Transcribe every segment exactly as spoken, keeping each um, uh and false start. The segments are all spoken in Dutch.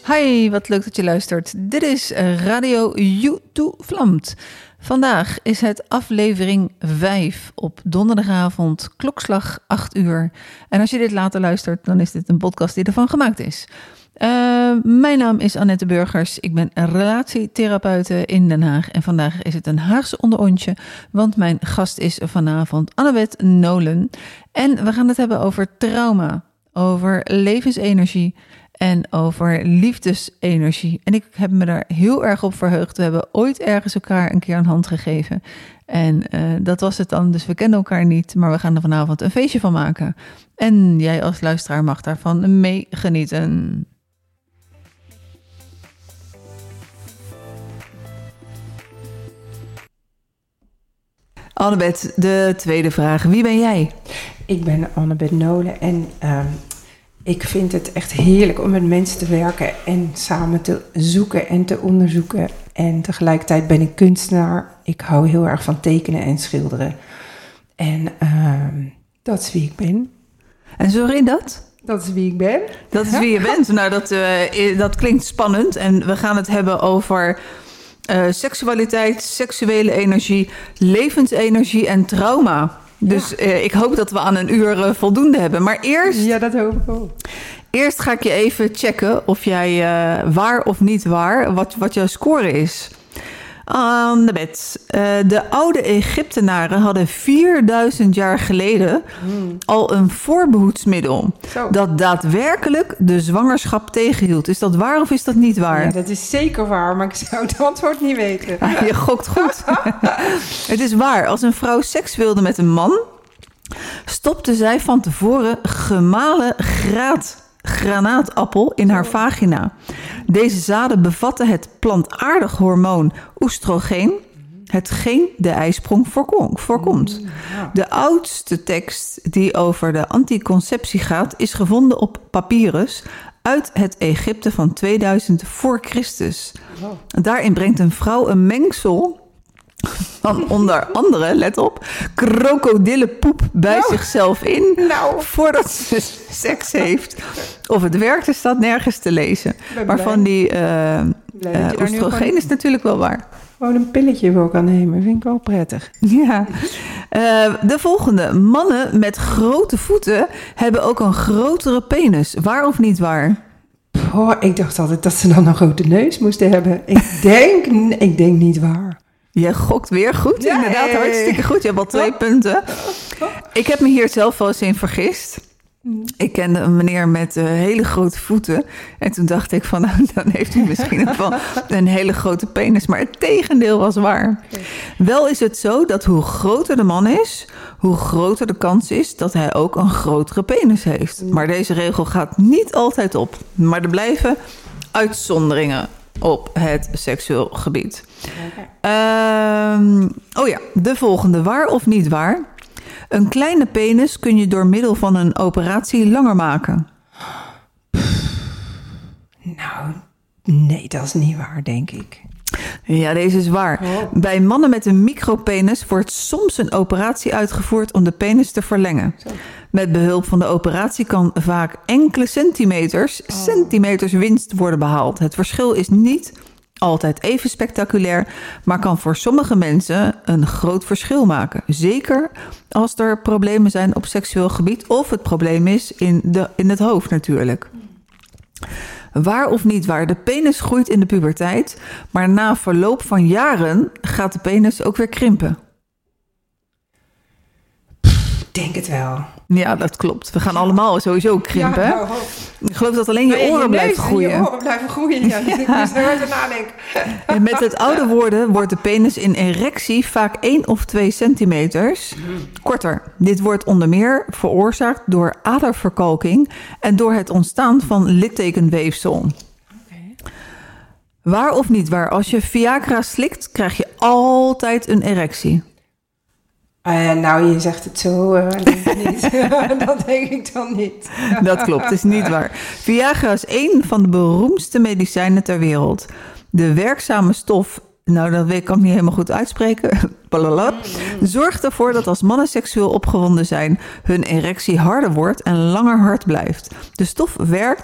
Hi, wat leuk dat je luistert. Dit is Radio YouTube Vlamt. Vandaag is het aflevering vijf op donderdagavond, klokslag acht uur. En als je dit later luistert, dan is dit een podcast die ervan gemaakt is. Uh, mijn naam is Annette Burgers. Ik ben een relatietherapeute in Den Haag. En vandaag is het een Haagse onderontje, want mijn gast is vanavond Annabeth Nolen. En we gaan het hebben over trauma, over levensenergie en over liefdesenergie. En ik heb me daar heel erg op verheugd. We hebben ooit ergens elkaar een keer een hand gegeven. En uh, dat was het dan. Dus we kennen elkaar niet. Maar we gaan er vanavond een feestje van maken. En jij als luisteraar mag daarvan mee genieten. Annabeth, de tweede vraag. Wie ben jij? Ik ben Annabeth Nolen en uh, ik vind het echt heerlijk om met mensen te werken en samen te zoeken en te onderzoeken. En tegelijkertijd ben ik kunstenaar. Ik hou heel erg van tekenen en schilderen. En uh, dat is wie ik ben. En sorry, dat? Dat is wie ik ben. Dat is wie je bent. Nou, dat, uh, dat klinkt spannend. En we gaan het hebben over uh, seksualiteit, seksuele energie, levensenergie en trauma. Dus ja. uh, ik hoop dat we aan een uur uh, voldoende hebben. Maar eerst... Ja, dat hoop ik ook. Eerst ga ik je even checken of jij uh, waar of niet waar, wat, wat jouw score is. Annabeth, uh, de oude Egyptenaren hadden vierduizend jaar geleden hmm. al een voorbehoedsmiddel Zo. dat daadwerkelijk de zwangerschap tegenhield. Is dat waar of is dat niet waar? Ja, dat is zeker waar, maar ik zou het antwoord niet weten. Ah, je gokt goed. Het is waar. Als een vrouw seks wilde met een man, stopte zij van tevoren gemalen graat. granaatappel in haar vagina. Deze zaden bevatten het plantaardig hormoon oestrogeen, hetgeen de ijsprong voorkomt. De oudste tekst die over de anticonceptie gaat is gevonden op papyrus uit het Egypte van tweeduizend voor Christus. Daarin brengt een vrouw een mengsel van onder andere, let op, krokodillenpoep bij nou, zichzelf in nou. voordat ze seks heeft. Of het werkt, staat nergens te lezen. Maar van die uh, uh, oestrogeen is natuurlijk wel waar. Gewoon een pilletje voor kan nemen, vind ik wel prettig. Ja. Uh, de volgende. Mannen met grote voeten hebben ook een grotere penis. Waar of niet waar? Oh, ik dacht altijd dat ze dan een grote neus moesten hebben. Ik denk, ik denk niet waar. Je gokt weer goed, ja, inderdaad, hey. hartstikke goed. Je hebt al twee oh. punten. Ik heb me hier zelf wel eens in vergist. Ik kende een meneer met uh, hele grote voeten. En toen dacht ik van, nou, dan heeft hij misschien wel een hele grote penis. Maar het tegendeel was waar. Okay. Wel is het zo dat hoe groter de man is, hoe groter de kans is dat hij ook een grotere penis heeft. Mm. Maar deze regel gaat niet altijd op. Maar er blijven uitzonderingen op het seksueel gebied. Okay. Um, oh ja, de volgende. Waar of niet waar? Een kleine penis kun je door middel van een operatie langer maken. Nou, nee, dat is niet waar, denk ik. Ja, deze is waar. Oh. Bij mannen met een micropenis wordt soms een operatie uitgevoerd om de penis te verlengen. Zo. Met behulp van de operatie kan vaak enkele centimeters, oh. centimeters winst worden behaald. Het verschil is niet altijd even spectaculair, maar kan voor sommige mensen een groot verschil maken. Zeker als er problemen zijn op seksueel gebied of het probleem is in, de, in het hoofd natuurlijk. Waar of niet waar, de penis groeit in de puberteit, maar na verloop van jaren gaat de penis ook weer krimpen. Ik denk het wel. Ja, dat klopt. We gaan allemaal sowieso krimpen. Ja, nou, ik geloof dat alleen je nee, oren je blijven groeien. Je oren blijven groeien, ja. ja. Ik moest er even nadenken. En met het ouder worden wordt de penis in erectie vaak één of twee centimeters korter. Dit wordt onder meer veroorzaakt door aderverkalking en door het ontstaan van littekenweefsel. Okay. Waar of niet waar, als je Viagra slikt, krijg je altijd een erectie. Uh, nou, je zegt het zo, uh, denk niet. Dat denk ik dan niet. Dat klopt, het is niet waar. Viagra is één van de beroemdste medicijnen ter wereld. De werkzame stof, nou dat weet ik ook niet helemaal goed uitspreken, zorgt ervoor dat als mannen seksueel opgewonden zijn, hun erectie harder wordt en langer hard blijft. De stof werkt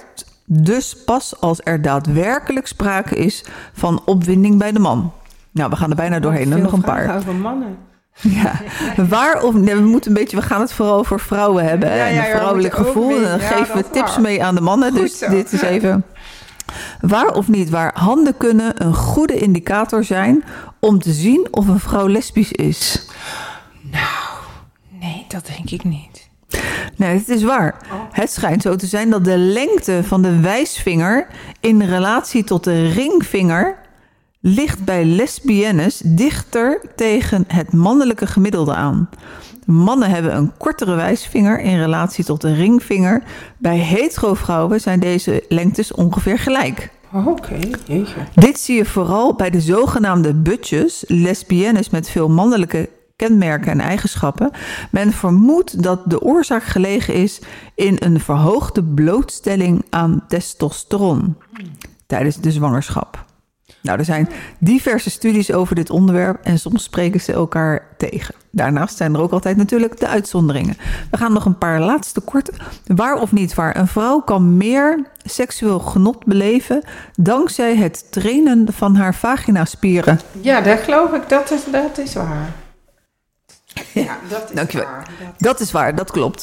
Dus pas als er daadwerkelijk sprake is van opwinding bij de man. Nou, we gaan er bijna doorheen. Veel Nog een paar. over mannen. Ja, waar of nee, we moeten een beetje, we gaan het vooral over vrouwen hebben. Ja, Ja, ja, en ja, een vrouwelijk we moeten gevoel. ook En dan weer- ja, geven we dat is tips waar. mee aan de mannen. Goed Dus zo. dit is even. Waar of niet waar handen kunnen een goede indicator zijn om te zien of een vrouw lesbisch is. Nou, nee, dat denk ik niet. Nee, het is waar. Oh. Het schijnt zo te zijn dat de lengte van de wijsvinger in relatie tot de ringvinger ligt bij lesbiennes dichter tegen het mannelijke gemiddelde aan. Mannen hebben een kortere wijsvinger in relatie tot de ringvinger. Bij hetero vrouwen zijn deze lengtes ongeveer gelijk. Oh, Oké, okay. Jeetje. Dit zie je vooral bij de zogenaamde butches, lesbiennes met veel mannelijke kenmerken en eigenschappen. Men vermoedt dat de oorzaak gelegen is in een verhoogde blootstelling aan testosteron tijdens de zwangerschap. Nou, er zijn diverse studies over dit onderwerp en soms spreken ze elkaar tegen. Daarnaast zijn er ook altijd natuurlijk de uitzonderingen. We gaan nog een paar laatste korte. Waar of niet waar, een vrouw kan meer seksueel genot beleven dankzij het trainen van haar vaginaspieren. Ja, dat geloof ik. Dat is, dat is waar. Ja, dat is Dankjewel. waar. Dat... Dat is waar, dat klopt.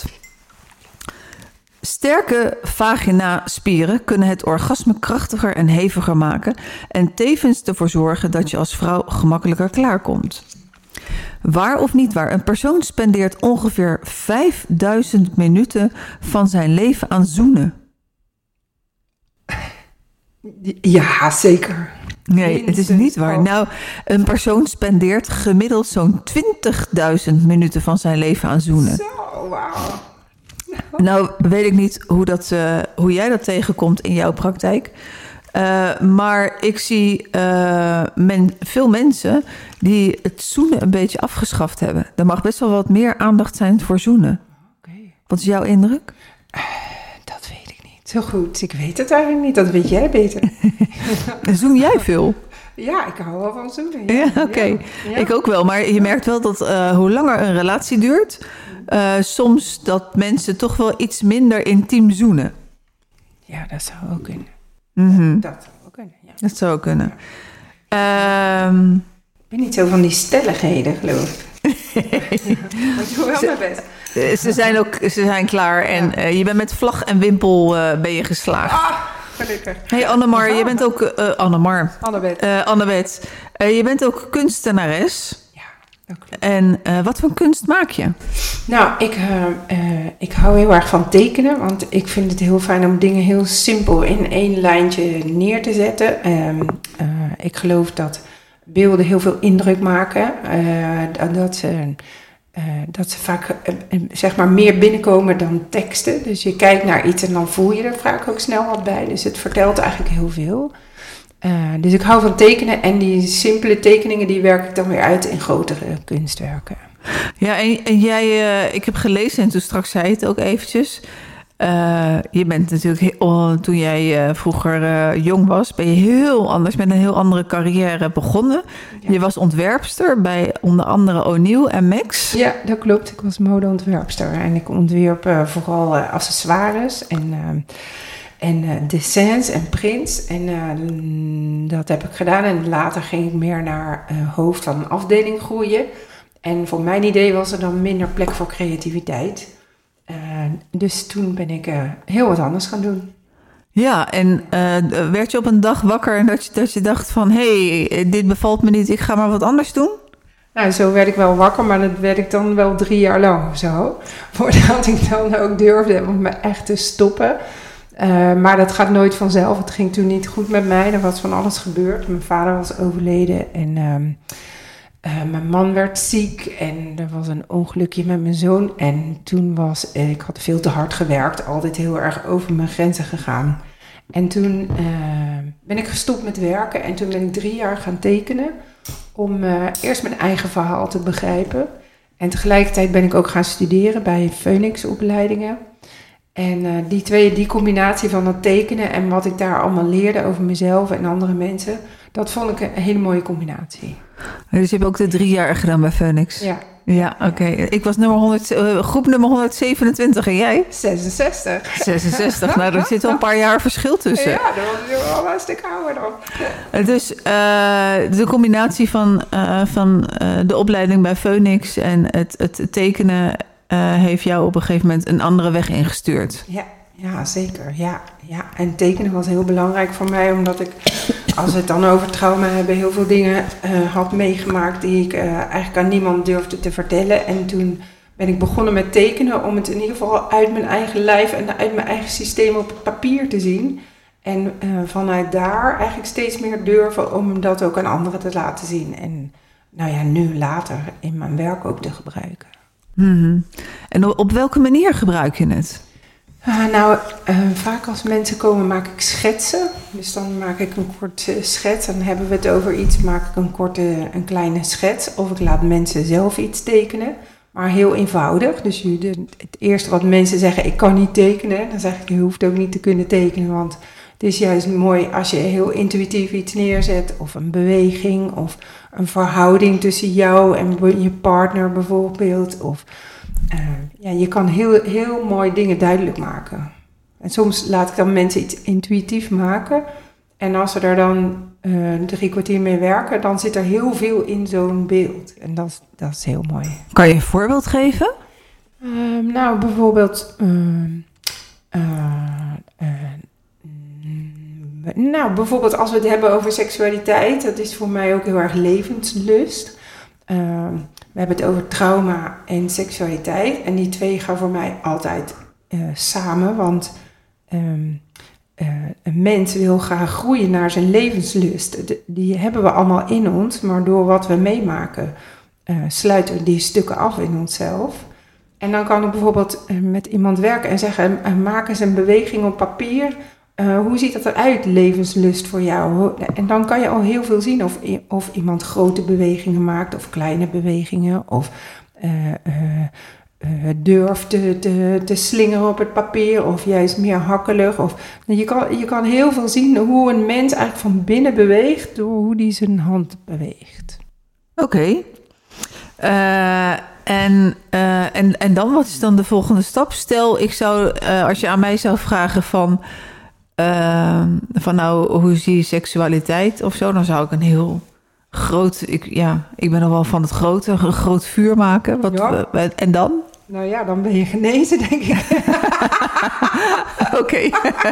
Sterke vaginaspieren kunnen het orgasme krachtiger en heviger maken en tevens ervoor zorgen dat je als vrouw gemakkelijker klaarkomt. Waar of niet waar, een persoon spendeert ongeveer vijfduizend minuten van zijn leven aan zoenen. Ja, zeker. Nee, het is niet waar. Nou, een persoon spendeert gemiddeld zo'n twintigduizend minuten van zijn leven aan zoenen. Zo, wauw. Nou, weet ik niet hoe, dat, uh, hoe jij dat tegenkomt in jouw praktijk. Uh, maar ik zie uh, men, veel mensen die het zoenen een beetje afgeschaft hebben. Er mag best wel wat meer aandacht zijn voor zoenen. Okay. Wat is jouw indruk? Uh, dat weet ik niet. Zo goed, ik weet het eigenlijk niet. Dat weet jij beter. Zoen jij veel? Ja, ik hou wel van zoenen. Ja, ja oké. Okay. Ja. Ja. Ik ook wel. Maar je merkt wel dat uh, hoe langer een relatie duurt, uh, soms dat mensen toch wel iets minder intiem zoenen. Ja, dat zou ook kunnen. Mm-hmm. Dat zou ook kunnen, ja. Dat zou ook kunnen. Ja. Um, ik ben niet zo van die stelligheden, geloof ik. Maar ik doe wel mijn best. Ze zijn ook ze zijn klaar en ja. uh, je bent met vlag en wimpel uh, ben je geslaagd. Ah, gelukkig. Hey Annemar, je bent ook... Uh, Annemar. Annabeth. Uh, Annabeth. Uh, je bent ook kunstenares. Ja, dat klopt. En uh, wat voor kunst maak je? Nou, ik, uh, uh, ik hou heel erg van tekenen. Want ik vind het heel fijn om dingen heel simpel in één lijntje neer te zetten. Um, uh, ik geloof dat beelden heel veel indruk maken. Uh, dat ze... Uh, dat ze vaak uh, zeg maar meer binnenkomen dan teksten. Dus je kijkt naar iets en dan voel je er vaak ook snel wat bij. Dus het vertelt eigenlijk heel veel. Uh, dus ik hou van tekenen en die simpele tekeningen die werk ik dan weer uit in grotere kunstwerken. Ja, en, en jij, uh, ik heb gelezen en toen straks zei je het ook eventjes. Uh, je bent natuurlijk, oh, toen jij uh, vroeger uh, jong was, ben je heel anders, met een heel andere carrière begonnen. Ja. Je was ontwerpster bij onder andere O'Neill en Max. Ja, dat klopt. Ik was modeontwerpster en ik ontwierp uh, vooral uh, accessoires en, uh, en uh, dessins en prints. En uh, dat heb ik gedaan en later ging ik meer naar uh, hoofd van een afdeling groeien. En voor mijn idee was er dan minder plek voor creativiteit. Uh, dus toen ben ik uh, heel wat anders gaan doen. Ja, en uh, werd je op een dag wakker en dat je, dat je dacht van... hé, hey, dit bevalt me niet, ik ga maar wat anders doen? Nou, zo werd ik wel wakker, maar dat werd ik dan wel drie jaar lang of zo. Voordat ik dan ook durfde om me echt te stoppen. Uh, maar dat gaat nooit vanzelf. Het ging toen niet goed met mij, er was van alles gebeurd. Mijn vader was overleden en... Um, Uh, mijn man werd ziek en er was een ongelukje met mijn zoon. En toen was ik had veel te hard gewerkt, altijd heel erg over mijn grenzen gegaan. En toen uh, ben ik gestopt met werken en toen ben ik drie jaar gaan tekenen. Om uh, eerst mijn eigen verhaal te begrijpen. En tegelijkertijd ben ik ook gaan studeren bij Phoenix opleidingen. En uh, die twee, die combinatie van dat tekenen en wat ik daar allemaal leerde over mezelf en andere mensen... dat vond ik een hele mooie combinatie. Dus je hebt ook de drie jaar gedaan bij Phoenix? Ja, Ja, oké. Okay. Ik was nummer honderd, uh, groep nummer honderdzevenentwintig en jij? zesenzestig. zesenzestig, nou, er zit wel een paar jaar verschil tussen. Ja, dan was je wel een stuk ouder dan. Dus uh, de combinatie van, uh, van uh, de opleiding bij Phoenix en het, het tekenen uh, heeft jou op een gegeven moment een andere weg ingestuurd. Ja, ja zeker. Ja, ja. En tekenen was heel belangrijk voor mij, omdat ik, als we het dan over trauma hebben, heel veel dingen uh, had meegemaakt die ik uh, eigenlijk aan niemand durfde te vertellen. En toen ben ik begonnen met tekenen om het in ieder geval uit mijn eigen lijf en uit mijn eigen systeem op het papier te zien. En uh, vanuit daar eigenlijk steeds meer durven om dat ook aan anderen te laten zien. En nou ja, nu later in mijn werk ook te gebruiken. Mm-hmm. En op welke manier gebruik je het? Uh, nou, uh, vaak als mensen komen maak ik schetsen. Dus dan maak ik een kort uh, schets. Dan hebben we het over iets, maak ik een korte, een kleine schets. Of ik laat mensen zelf iets tekenen. Maar heel eenvoudig. Dus je, de, het eerste wat mensen zeggen, ik kan niet tekenen. Dan zeg ik, je hoeft ook niet te kunnen tekenen. Want het is juist mooi als je heel intuïtief iets neerzet. Of een beweging. Of een verhouding tussen jou en je partner bijvoorbeeld. Of uh, ja, je kan heel, heel mooi dingen duidelijk maken. En soms laat ik dan mensen iets intuïtief maken. En als ze er dan uh, drie kwartier mee werken, dan zit er heel veel in zo'n beeld. En dat is, dat is heel mooi. Kan je een voorbeeld geven? Uh, nou, bijvoorbeeld... Uh, uh, uh, Nou, bijvoorbeeld als we het hebben over seksualiteit, dat is voor mij ook heel erg levenslust. Uh, we hebben het over trauma en seksualiteit en die twee gaan voor mij altijd uh, samen, want um, uh, een mens wil graag groeien naar zijn levenslust. De, die hebben we allemaal in ons, maar door wat we meemaken uh, sluiten we die stukken af in onszelf. En dan kan ik bijvoorbeeld uh, met iemand werken en zeggen, uh, maak eens een beweging op papier. Uh, hoe ziet dat eruit, levenslust voor jou? En dan kan je al heel veel zien of, of iemand grote bewegingen maakt of kleine bewegingen. Of uh, uh, uh, durft te, te, te slingeren op het papier of juist meer hakkelig. Of, je, kan, je kan heel veel zien hoe een mens eigenlijk van binnen beweegt door hoe die zijn hand beweegt. Oké. Okay. Uh, en, uh, en, en dan, wat is dan de volgende stap? Stel, ik zou, uh, als je aan mij zou vragen van... Uh, van nou, hoe zie je seksualiteit of zo? Dan zou ik een heel groot... Ik, ja, ik ben nog wel van het grote, een groot vuur maken. Wat, ja. uh, en dan? Nou ja, dan ben je genezen, denk ik. Oké. Okay.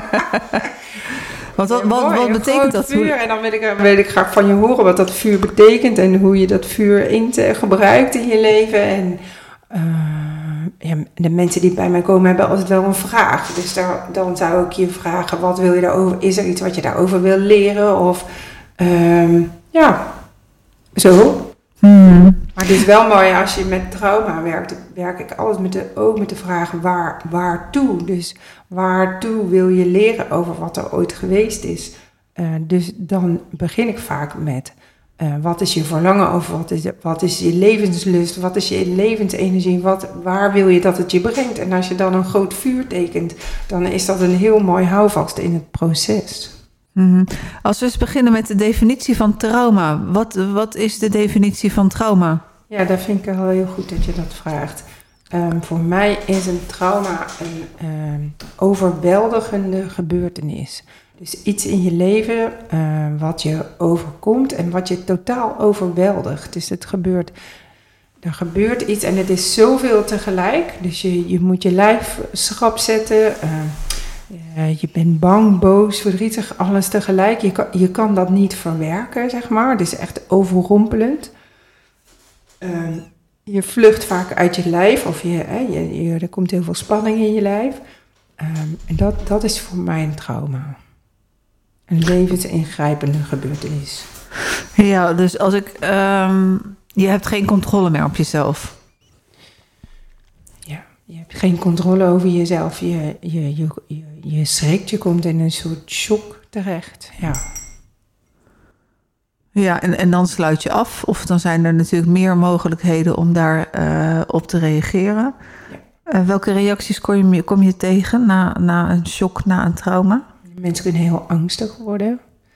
wat wat, ja, wat, mooi, wat betekent dat? Vuur, en dan wil ik, wil ik graag van je horen wat dat vuur betekent... en hoe je dat vuur in te, gebruikt in je leven. En uh, ja, de mensen die bij mij komen hebben altijd wel een vraag. Dus daar, dan zou ik je vragen, wat wil je daarover? Is er iets wat je daarover wil leren? Of uh, ja, zo. Hmm. Maar het is wel mooi als je met trauma werkt. Werk ik altijd met de, ook met de vraag waar, waartoe. Dus waartoe wil je leren over wat er ooit geweest is. Uh, dus dan begin ik vaak met uh, wat is je verlangen over, wat is, wat is je levenslust, wat is je levensenergie, wat, waar wil je dat het je brengt. En als je dan een groot vuur tekent, dan is dat een heel mooi houvast in het proces. Mm-hmm. Als we eens beginnen met de definitie van trauma. Wat, wat is de definitie van trauma? Ja, dat vind ik wel heel goed dat je dat vraagt. Um, voor mij is een trauma een um, overweldigende gebeurtenis. Dus iets in je leven uh, wat je overkomt en wat je totaal overweldigt. Dus het gebeurt, er gebeurt iets en het is zoveel tegelijk. Dus je, je moet je lijf schrap zetten. Uh, uh, je bent bang, boos, verdrietig, alles tegelijk. Je kan, je kan dat niet verwerken, zeg maar. Het is echt overrompelend. Uh, je vlucht vaak uit je lijf of je, hè, je, je, er komt heel veel spanning in je lijf. Um, en dat, dat is voor mij een trauma. Een levensingrijpende gebeurtenis. Ja, dus als ik... Um, je hebt geen controle meer op jezelf. Ja, je hebt geen controle over jezelf. Je, je, je, je, je schrikt, je komt in een soort shock terecht. Ja. Ja, en, en dan sluit je af. Of dan zijn er natuurlijk meer mogelijkheden om daar uh, op te reageren. Ja. Uh, welke reacties kom je, kom je tegen na, na een shock, na een trauma? Mensen kunnen heel angstig worden.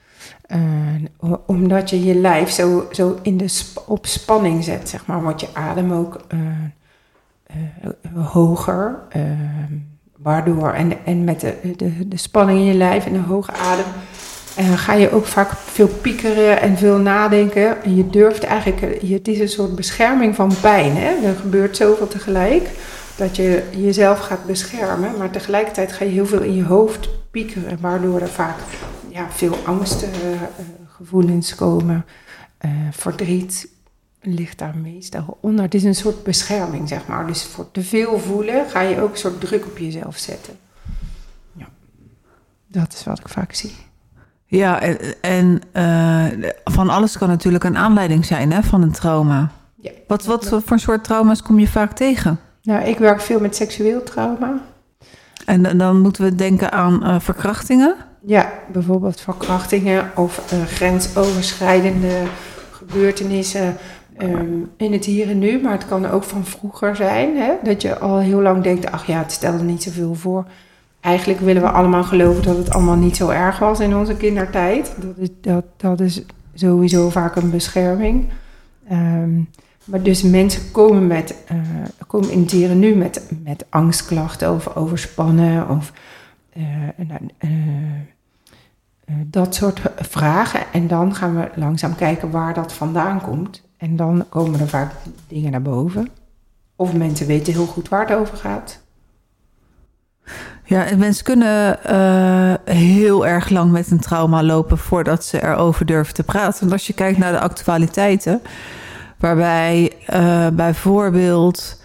Uh, omdat je je lijf zo, zo in de sp- op spanning zet, zeg maar. Wordt je adem ook uh, uh, hoger. Uh, waardoor, en, en met de, de, de spanning in je lijf en de hoge adem... Uh, ga je ook vaak veel piekeren en veel nadenken. En je durft eigenlijk... Het is een soort bescherming van pijn. Hè? Er gebeurt zoveel tegelijk dat je jezelf gaat beschermen. Maar tegelijkertijd ga je heel veel in je hoofd piekeren. Waardoor er vaak ja, veel angstgevoelens uh, komen. Uh, verdriet ligt daar meestal onder. Het is een soort bescherming, zeg maar. Dus voor te veel voelen ga je ook een soort druk op jezelf zetten. Ja. Dat is wat ik vaak zie. Ja, en, en uh, van alles kan natuurlijk een aanleiding zijn, hè, van een trauma. Ja. Wat, wat voor soort trauma's kom je vaak tegen? Nou, ik werk veel met seksueel trauma. En dan moeten we denken aan uh, verkrachtingen? Ja, bijvoorbeeld verkrachtingen of uh, grensoverschrijdende gebeurtenissen um, in het hier en nu. Maar het kan ook van vroeger zijn, hè, dat je al heel lang denkt, ach ja, het stelde niet zoveel voor. Eigenlijk willen we allemaal geloven dat het allemaal niet zo erg was in onze kindertijd. Dat is, dat, dat is sowieso vaak een bescherming. Um, maar dus mensen komen, met, uh, komen in het hier en nu met, met angstklachten of overspannen of uh, uh, uh, uh, dat soort vragen. En dan gaan we langzaam kijken waar dat vandaan komt. En dan komen er vaak dingen naar boven. Of mensen weten heel goed waar het over gaat. Ja, en mensen kunnen uh, heel erg lang met een trauma lopen voordat ze erover durven te praten. Want als je kijkt naar de actualiteiten, waarbij uh, bijvoorbeeld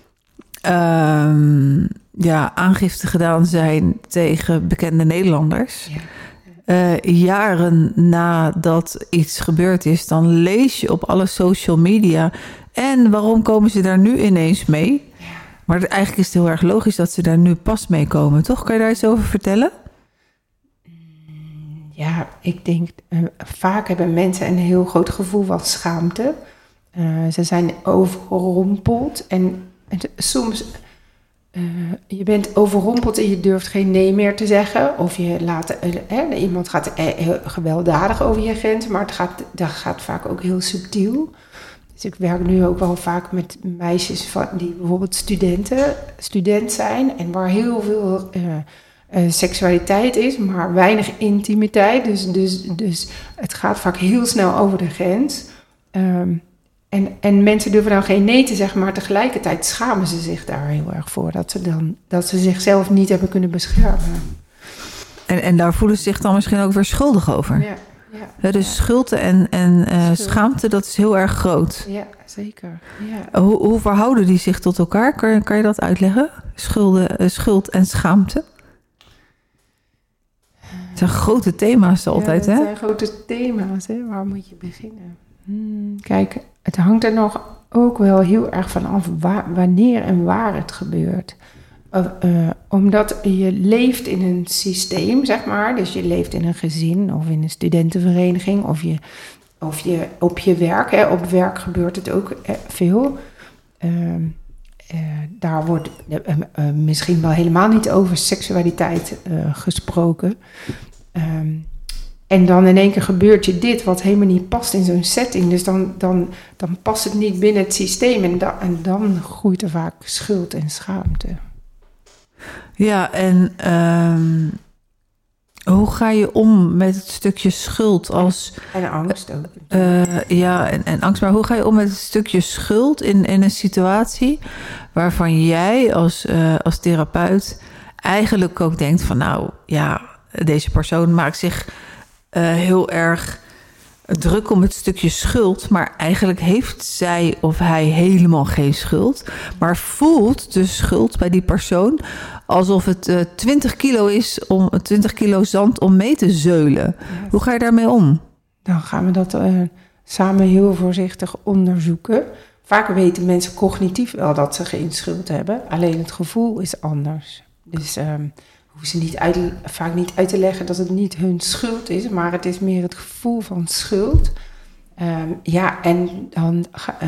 um, ja, aangifte gedaan zijn tegen bekende Nederlanders. Ja. Uh, jaren nadat iets gebeurd is, dan lees je op alle social media. En waarom komen ze daar nu ineens mee? Maar eigenlijk is het heel erg logisch dat ze daar nu pas mee komen, toch? Kan je daar iets over vertellen? Ja, ik denk, uh, vaak hebben mensen een heel groot gevoel van schaamte. Uh, ze zijn overrompeld en, en soms... Uh, je bent overrompeld en je durft geen nee meer te zeggen. Of je laat, uh, eh, iemand gaat uh, gewelddadig over je grens, maar het gaat, dat gaat vaak ook heel subtiel. Dus ik werk nu ook wel vaak met meisjes van, die bijvoorbeeld studenten, student zijn en waar heel veel uh, uh, seksualiteit is, maar weinig intimiteit. Dus, dus, dus het gaat vaak heel snel over de grens. Um, en, en mensen durven dan geen nee te zeggen, maar tegelijkertijd schamen ze zich daar heel erg voor. Dat ze, dan, dat ze zichzelf niet hebben kunnen beschermen. En, en daar voelen ze zich dan misschien ook weer schuldig over. Ja. Ja, ja, dus ja. schuld en, en uh, schaamte, dat is heel erg groot. Ja, zeker. Ja. Hoe, hoe verhouden die zich tot elkaar? Kan, kan je dat uitleggen? Schulden, uh, schuld en schaamte? Het zijn grote thema's altijd, ja, hè? Het zijn grote thema's, hè? Waar moet je beginnen? Hmm, kijk, het hangt er nog ook wel heel erg van af waar, wanneer en waar het gebeurt. Uh, uh, omdat je leeft in een systeem, zeg maar. Dus je leeft in een gezin of in een studentenvereniging. Of je, of je op je werk. Hè. Op werk gebeurt het ook uh, veel. Uh, uh, daar wordt uh, uh, misschien wel helemaal niet over seksualiteit uh, gesproken. Um, en dan in één keer gebeurt je dit wat helemaal niet past in zo'n setting. Dus dan, dan, dan past het niet binnen het systeem. En, da- en dan groeit er vaak schuld en schaamte. Ja, en um, hoe ga je om met het stukje schuld als... En angst ook. Uh, ja, en, en angst. Maar hoe ga je om met het stukje schuld in, in een situatie waarvan jij als, uh, als therapeut eigenlijk ook denkt van... nou, ja, deze persoon maakt zich uh, heel erg druk om het stukje schuld... maar eigenlijk heeft zij of hij helemaal geen schuld... maar voelt de schuld bij die persoon... alsof het uh, twintig kilo is, om twintig kilo zand om mee te zeulen. Ja. Hoe ga je daarmee om? Dan gaan we dat uh, samen heel voorzichtig onderzoeken. Vaak weten mensen cognitief wel dat ze geen schuld hebben. Alleen het gevoel is anders. Dus um, hoeven ze niet uit, vaak niet uit te leggen dat het niet hun schuld is... maar het is meer het gevoel van schuld... Um, ja, en dan uh,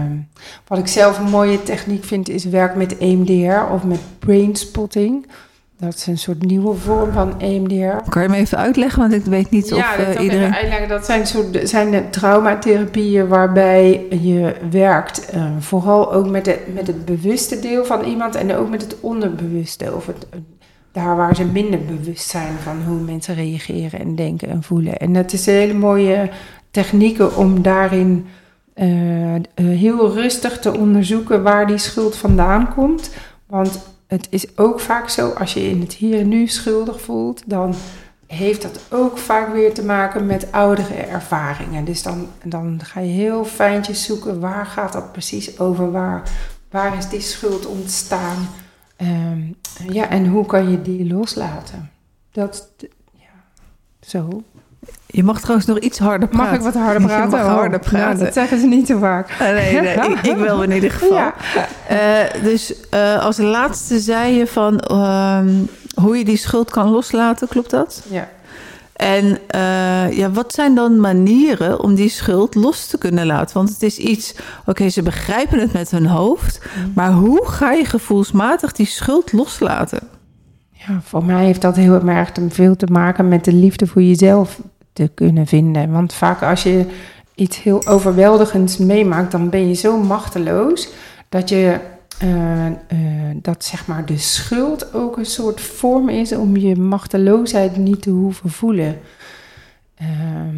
wat ik zelf een mooie techniek vind... is werk met E M D R of met brainspotting. Dat is een soort nieuwe vorm van E M D R. Kan je me even uitleggen? Want ik weet niet ja, of dat uh, iedereen... uitleggen. Dat zijn, soort, zijn de traumatherapieën waarbij je werkt. Uh, vooral ook met, de, met het bewuste deel van iemand en ook met het onderbewuste. Of het, daar waar ze minder bewust zijn van hoe mensen reageren en denken en voelen. En dat is een hele mooie technieken om daarin uh, uh, heel rustig te onderzoeken waar die schuld vandaan komt. Want het is ook vaak zo, als je in het hier en nu schuldig voelt, dan heeft dat ook vaak weer te maken met oudere ervaringen. Dus dan, dan ga je heel fijntjes zoeken, waar gaat dat precies over, waar, waar is die schuld ontstaan? Um, ja, en hoe kan je die loslaten? Dat, ja, zo. Je mag trouwens nog iets harder praten. Mag ik wat harder praten? Je mag harder praten. Nou, dat zeggen ze niet zo vaak. Uh, nee, nee ik, ik wel in ieder geval. Ja. Uh, dus uh, als laatste zei je van uh, hoe je die schuld kan loslaten, klopt dat? Ja. En uh, ja, wat zijn dan manieren om die schuld los te kunnen laten? Want het is iets, oké, okay, ze begrijpen het met hun hoofd, mm. maar hoe ga je gevoelsmatig die schuld loslaten? Ja, voor mij heeft dat heel erg veel te maken met de liefde voor jezelf te kunnen vinden. Want vaak als je iets heel overweldigends meemaakt, dan ben je zo machteloos dat je uh, uh, dat zeg maar de schuld ook een soort vorm is om je machteloosheid niet te hoeven voelen. Uh,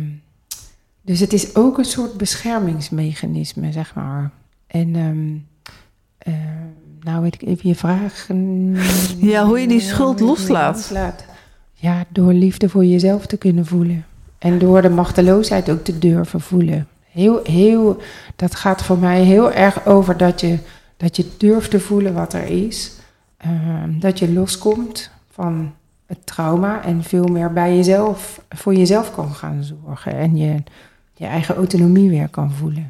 dus het is ook een soort beschermingsmechanisme, zeg maar. En um, uh, nou weet ik even je vraag. Ja, hoe je die schuld loslaat. loslaat. Ja, door liefde voor jezelf te kunnen voelen. En door de machteloosheid ook te durven voelen. Heel, heel, dat gaat voor mij heel erg over dat je, dat je durft te voelen wat er is. Uh, dat je loskomt van het trauma en veel meer bij jezelf, voor jezelf kan gaan zorgen. En je, je eigen autonomie weer kan voelen.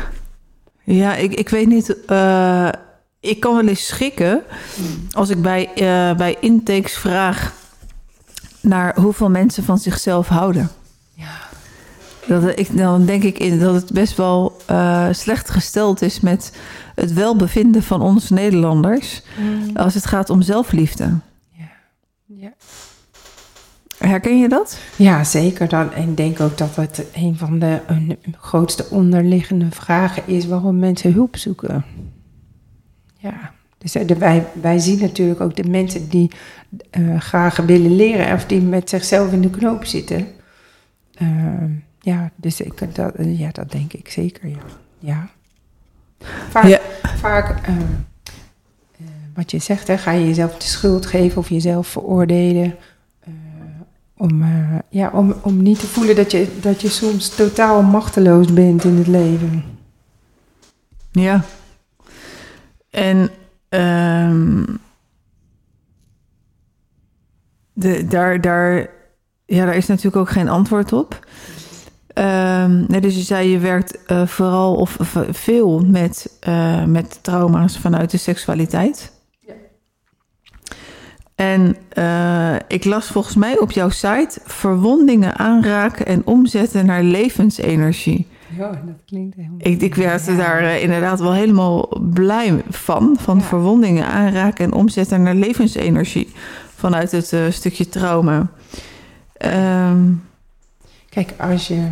Ja, ik, ik weet niet... Uh, ik kan wel eens schrikken als ik bij, uh, bij intakes vraag naar hoeveel mensen van zichzelf houden. Ja. Dat ik, dan denk ik dat het best wel uh, slecht gesteld is met het welbevinden van ons Nederlanders mm. als het gaat om zelfliefde. Ja. Ja. Herken je dat? Ja, zeker. Dan, en ik denk ook dat het een van de een grootste onderliggende vragen is waarom mensen hulp zoeken. Ja, dus de, wij, wij zien natuurlijk ook de mensen die uh, graag willen leren of die met zichzelf in de knoop zitten. Uh, ja, dus ik, dat, ja, dat denk ik zeker, ja. ja. Vaak, ja. vaak uh, uh, wat je zegt, hè, ga je jezelf de schuld geven of jezelf veroordelen. Uh, om, uh, ja, om, om niet te voelen dat je, dat je soms totaal machteloos bent in het leven. Ja. En um, de, daar, daar, ja, daar is natuurlijk ook geen antwoord op. Um, nee, dus je zei, je werkt uh, vooral of uh, veel met, uh, met trauma's vanuit de seksualiteit. Ja. En uh, ik las volgens mij op jouw site verwondingen aanraken en omzetten naar levensenergie. Ja, dat klinkt helemaal... Ik, ik werd ja. daar uh, inderdaad wel helemaal blij van. Van ja. verwondingen aanraken en omzetten naar levensenergie. Vanuit het uh, stukje trauma. Um, Kijk, als je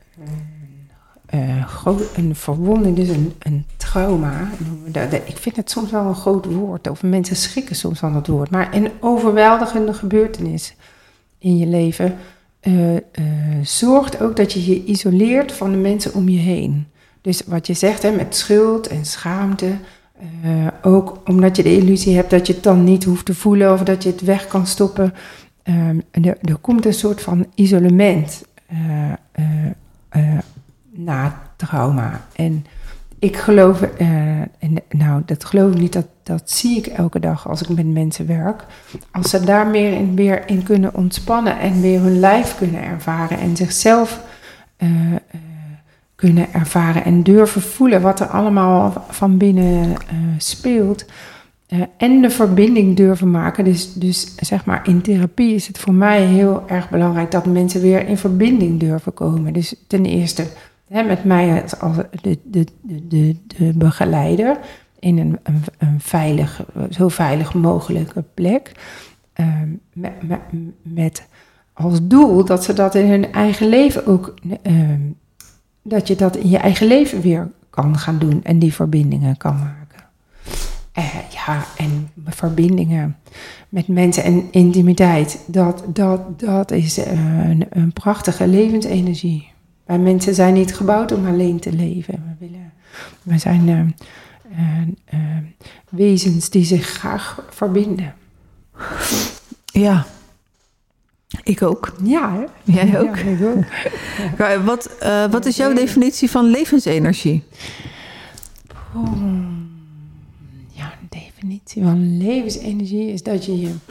uh, groot, een verwonding, dus een, een trauma... Dat, dat, ik vind het soms wel een groot woord. Of mensen schrikken soms van dat woord. Maar een overweldigende gebeurtenis in je leven... Uh, uh, zorgt ook dat je je isoleert van de mensen om je heen. Dus wat je zegt, hè, met schuld en schaamte. Uh, ook omdat je de illusie hebt dat je het dan niet hoeft te voelen... of dat je het weg kan stoppen. Uh, er, er komt een soort van isolement uh, uh, uh, na trauma. En ik geloof... Uh, en, nou, dat geloof ik niet, dat, dat zie ik elke dag als ik met mensen werk. Als ze daar meer in, weer in kunnen ontspannen en weer hun lijf kunnen ervaren... en zichzelf uh, uh, kunnen ervaren en durven voelen wat er allemaal van binnen uh, speelt... Uh, en de verbinding durven maken. Dus, dus zeg maar in therapie is het voor mij heel erg belangrijk... dat mensen weer in verbinding durven komen. Dus ten eerste... He, met mij als, als de, de, de, de begeleider in een, een, een veilig, zo veilig mogelijke plek. um, met, met, met als doel dat ze dat in hun eigen leven ook, um, dat je dat in je eigen leven weer kan gaan doen en die verbindingen kan maken. Uh, ja, en verbindingen met mensen en intimiteit, dat, dat, dat is een, een prachtige levensenergie. Wij mensen zijn niet gebouwd om alleen te leven. We, willen, we zijn uh, uh, uh, wezens die zich graag verbinden. Ja, ik ook. Ja, hè? Jij ook? Ja, ik ook. Ja. Wat, uh, wat is jouw definitie van levensenergie? Oh. Ja, een definitie van levensenergie is dat je je...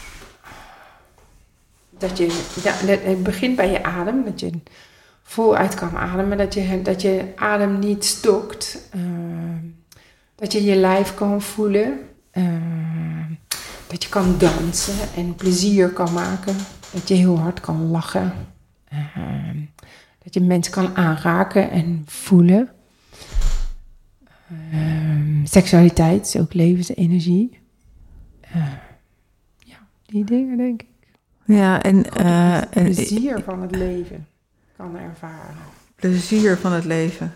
Dat je ja, het begint bij je adem, dat je voluit kan ademen, dat je, dat je adem niet stokt, uh, dat je je lijf kan voelen, uh, dat je kan dansen en plezier kan maken, dat je heel hard kan lachen, uh, dat je mensen kan aanraken en voelen. Uh, seksualiteit is ook levensenergie. Uh, ja, die dingen denk ik. Ja, en uh, het plezier van het leven kan ervaren. Plezier van het leven.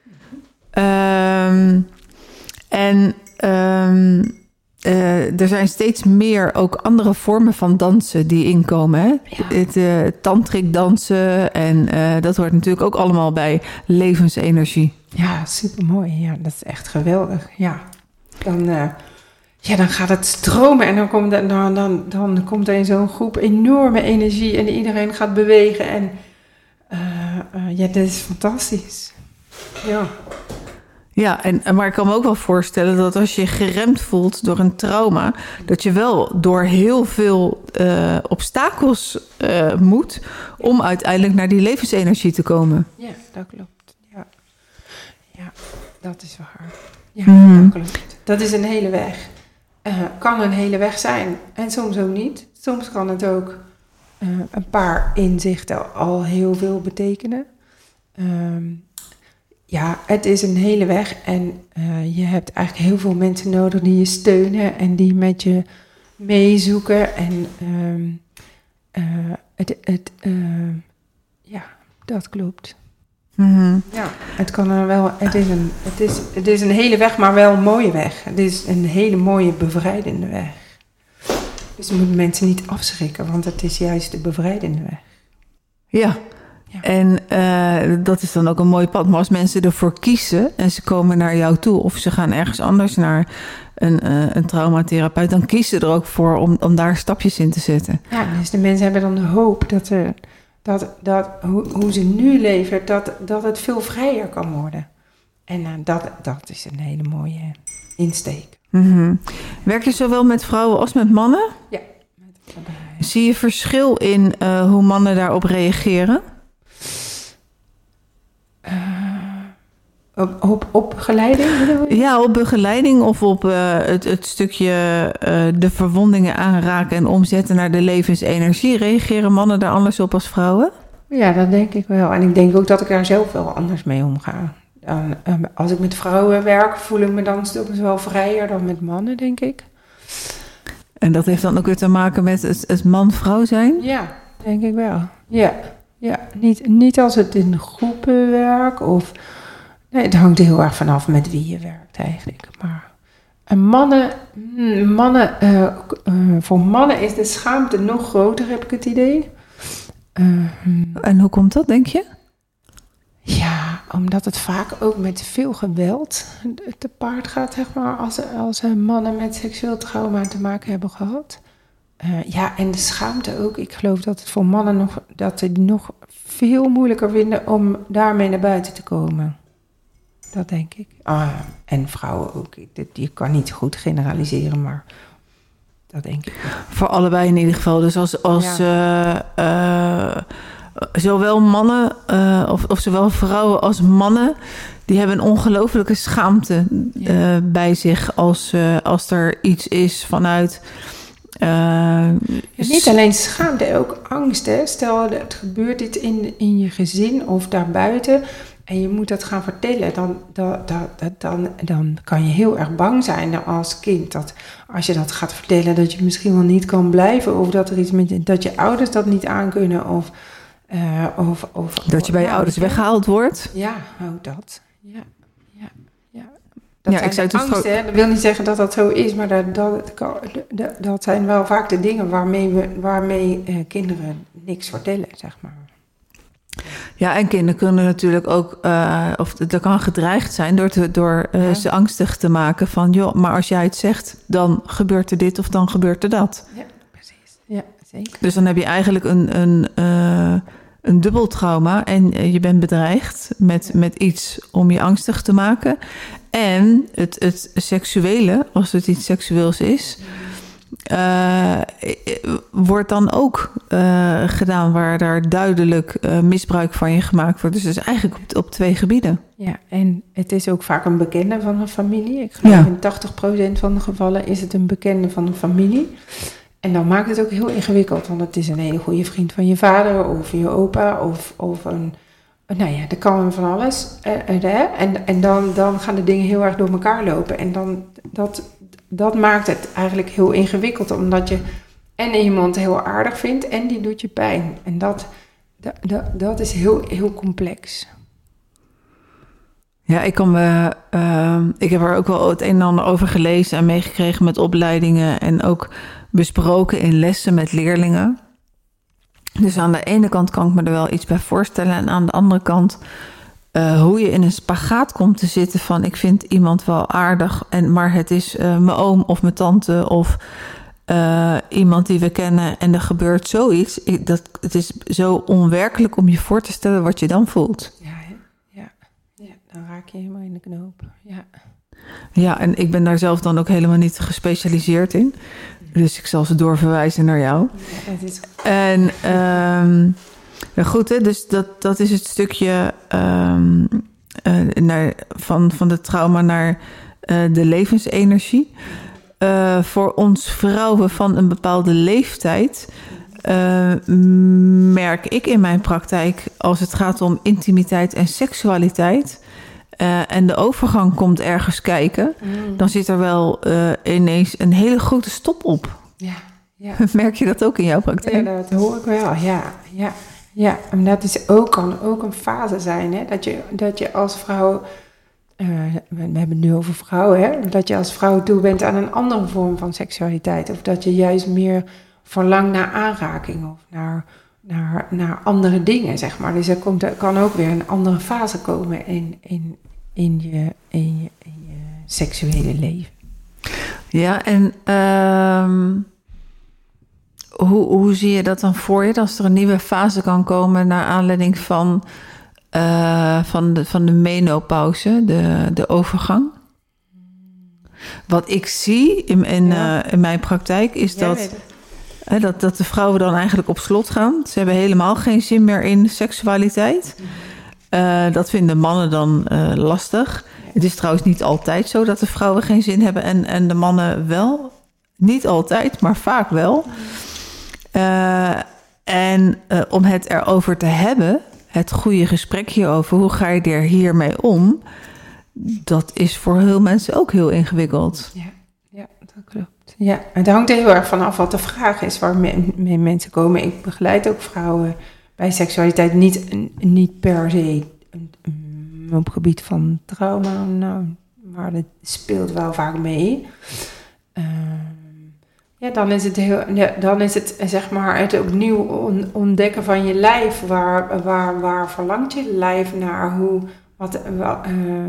Um, en um, uh, er zijn steeds meer ook andere vormen van dansen die inkomen. Hè? Ja. Het uh, tantric dansen en uh, dat hoort natuurlijk ook allemaal bij levensenergie. Ja, supermooi. Ja, dat is echt geweldig. Ja, dan... Uh, Ja, dan gaat het stromen en dan komt er, dan, dan, dan komt er in zo'n groep enorme energie en iedereen gaat bewegen. En uh, uh, ja, dat is fantastisch. Ja. Ja, en, maar ik kan me ook wel voorstellen dat als je geremd voelt door een trauma, dat je wel door heel veel uh, obstakels uh, moet om uiteindelijk naar die levensenergie te komen. Ja, dat klopt. Ja, ja dat is waar. Ja, mm. dat klopt. Dat is een hele weg. Uh, kan een hele weg zijn en soms ook niet. Soms kan het ook uh, een paar inzichten al heel veel betekenen. Um, ja, het is een hele weg en uh, je hebt eigenlijk heel veel mensen nodig die je steunen en die met je meezoeken. En um, uh, het, het, uh, ja, dat klopt. Mm-hmm. Ja, het kan er wel. Het is, een, het, is, het is een hele weg, maar wel een mooie weg. Het is een hele mooie bevrijdende weg. Dus je moet mensen niet afschrikken, want het is juist de bevrijdende weg. Ja, ja. En uh, dat is dan ook een mooi pad. Maar als mensen ervoor kiezen en ze komen naar jou toe, of ze gaan ergens anders naar een, uh, een traumatherapeut, dan kiezen ze er ook voor om, om daar stapjes in te zetten. Ja, dus de mensen hebben dan de hoop dat er. Dat, dat hoe, hoe ze nu leven, dat, dat het veel vrijer kan worden. En uh, dat, dat is een hele mooie insteek. Mm-hmm. Werk je zowel met vrouwen als met mannen? Ja. Met Zie je verschil in uh, hoe mannen daarop reageren? Uh, op, op, op begeleiding? Ja, op begeleiding of op uh, het, het stukje uh, de verwondingen aanraken en omzetten naar de levensenergie. Reageren mannen daar anders op als vrouwen? Ja, dat denk ik wel. En ik denk ook dat ik daar zelf wel anders mee omga. Dan, um, als ik met vrouwen werk, voel ik me dan soms wel vrijer dan met mannen, denk ik. En dat heeft dan ook weer te maken met het, het man-vrouw zijn? Ja, denk ik wel. Ja, ja. Niet, niet als het in groepen werkt of... Nee, het hangt er heel erg vanaf met wie je werkt eigenlijk. Maar en mannen, mannen uh, uh, voor mannen is de schaamte nog groter, heb ik het idee. Uh, en hoe komt dat, denk je? Ja, omdat het vaak ook met veel geweld te paard gaat, zeg maar, als, als mannen met seksueel trauma te maken hebben gehad. Uh, ja, en de schaamte ook. Ik geloof dat het voor mannen nog, dat ze nog veel moeilijker vinden om daarmee naar buiten te komen. Dat denk ik. Ah, en vrouwen ook. Je kan niet goed generaliseren, maar dat denk ik. Voor allebei in ieder geval. Dus als, als ja. uh, uh, zowel mannen uh, of, of zowel vrouwen als mannen, die hebben een ongelofelijke schaamte ja. uh, bij zich als, uh, als er iets is vanuit Uh, Niet alleen schaamte, ook angst. Hè? Stel, het gebeurt iets in, in je gezin of daarbuiten en je moet dat gaan vertellen. Dan, dat, dat, dan, dan kan je heel erg bang zijn als kind. Dat als je dat gaat vertellen, dat je misschien wel niet kan blijven. Of dat er iets met je, dat je ouders dat niet aankunnen. Of, uh, of, of, dat je bij je ja, ouders weggehaald wordt. Ja, ook dat. Ja, ja, ja. Dat ja, zijn ik zei angsten, tro- hè? Dat wil niet zeggen dat dat zo is, maar dat, dat, dat, dat zijn wel vaak de dingen waarmee, we, waarmee uh, kinderen niks vertellen, zeg maar. Ja, en kinderen kunnen natuurlijk ook, uh, of dat kan gedreigd zijn door, te, door uh, ja. ze angstig te maken van, joh, maar als jij het zegt, dan gebeurt er dit of dan gebeurt er dat. Ja, precies. Ja, zeker. Dus dan heb je eigenlijk een, een, uh, een dubbel trauma en uh, je bent bedreigd met, ja. met iets om je angstig te maken. En het, het seksuele, als het iets seksueels is, uh, wordt dan ook uh, gedaan waar daar duidelijk uh, misbruik van je gemaakt wordt. Dus het is eigenlijk op, op twee gebieden. Ja, en het is ook vaak een bekende van een familie. Ik geloof ja. in tachtig procent van de gevallen is het een bekende van een familie. En dan maakt het ook heel ingewikkeld, want het is een hele goede vriend van je vader of je opa of, of een... Nou ja, er kan van alles. En, en dan, dan gaan de dingen heel erg door elkaar lopen. En dan, dat, dat maakt het eigenlijk heel ingewikkeld. Omdat je en iemand heel aardig vindt en die doet je pijn. En dat, dat, dat, dat is heel, heel complex. Ja, ik kan me, uh, ik heb er ook wel het een en ander over gelezen en meegekregen met opleidingen. En ook besproken in lessen met leerlingen. Dus aan de ene kant kan ik me er wel iets bij voorstellen. En aan de andere kant uh, hoe je in een spagaat komt te zitten van... ik vind iemand wel aardig, en, maar het is uh, mijn oom of mijn tante... of uh, iemand die we kennen en er gebeurt zoiets. Ik, dat, het is zo onwerkelijk om je voor te stellen wat je dan voelt. Ja, ja, ja, dan raak je helemaal in de knoop. Ja. Ja, en ik ben daar zelf dan ook helemaal niet gespecialiseerd in... Dus ik zal ze doorverwijzen naar jou. Ja, dat is... En um, ja, goed, hè, dus dat, dat is het stukje um, uh, naar, van, van de trauma naar uh, de levensenergie. Uh, voor ons vrouwen van een bepaalde leeftijd... Uh, merk ik in mijn praktijk, als het gaat om intimiteit en seksualiteit... Uh, en de overgang komt ergens kijken... Mm. dan zit er wel uh, ineens een hele grote stop op. Ja, ja. Merk je dat ook in jouw praktijk? Ja, dat hoor ik wel, ja. ja, ja. En dat is ook, kan ook een fase zijn, hè? Dat, je, dat je als vrouw... Uh, we hebben het nu over vrouwen, hè? Dat je als vrouw toe bent aan een andere vorm van seksualiteit. Of dat je juist meer verlangt naar aanraking... of naar, naar, naar andere dingen, zeg maar. Dus er, komt, er kan ook weer een andere fase komen in... in In je, in, je, in je seksuele leven. Ja, en um, hoe, hoe zie je dat dan voor je? Als er een nieuwe fase kan komen... naar aanleiding van, uh, van, de, van de menopauze, de, de overgang? Wat ik zie in, in, ja. uh, in mijn praktijk is ja, dat, uh, dat... dat de vrouwen dan eigenlijk op slot gaan. Ze hebben helemaal geen zin meer in seksualiteit... Uh, dat vinden mannen dan uh, lastig. Het is trouwens niet altijd zo dat de vrouwen geen zin hebben... en, en de mannen wel. Niet altijd, maar vaak wel. Uh, en uh, om het erover te hebben... het goede gesprek hierover... hoe ga je er hiermee om... dat is voor heel mensen ook heel ingewikkeld. Ja, ja dat klopt. Ja, het hangt er heel erg vanaf wat de vraag is... waarmee mensen komen. Ik begeleid ook vrouwen... bij seksualiteit niet, niet per se op het gebied van trauma, nou, maar dat speelt wel vaak mee. Uh, ja, dan is het heel, ja, dan is het zeg maar het opnieuw ontdekken van je lijf. Waar, waar, waar verlangt je lijf naar? Hoe, wat, uh, uh,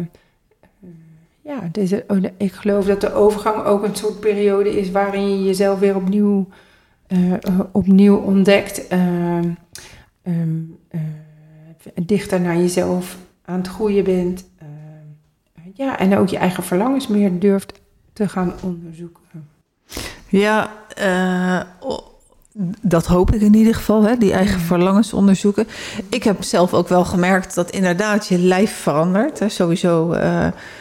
ja, deze, ik geloof dat de overgang ook een soort periode is waarin je jezelf weer opnieuw, uh, opnieuw ontdekt. Uh, Um, uh, dichter naar jezelf aan het groeien bent. Uh, ja, en ook je eigen verlangens meer durft te gaan onderzoeken. Ja, uh, dat hoop ik in ieder geval, hè, die eigen ja. verlangens onderzoeken. Ik heb zelf ook wel gemerkt dat inderdaad je lijf verandert. Hè, sowieso uh,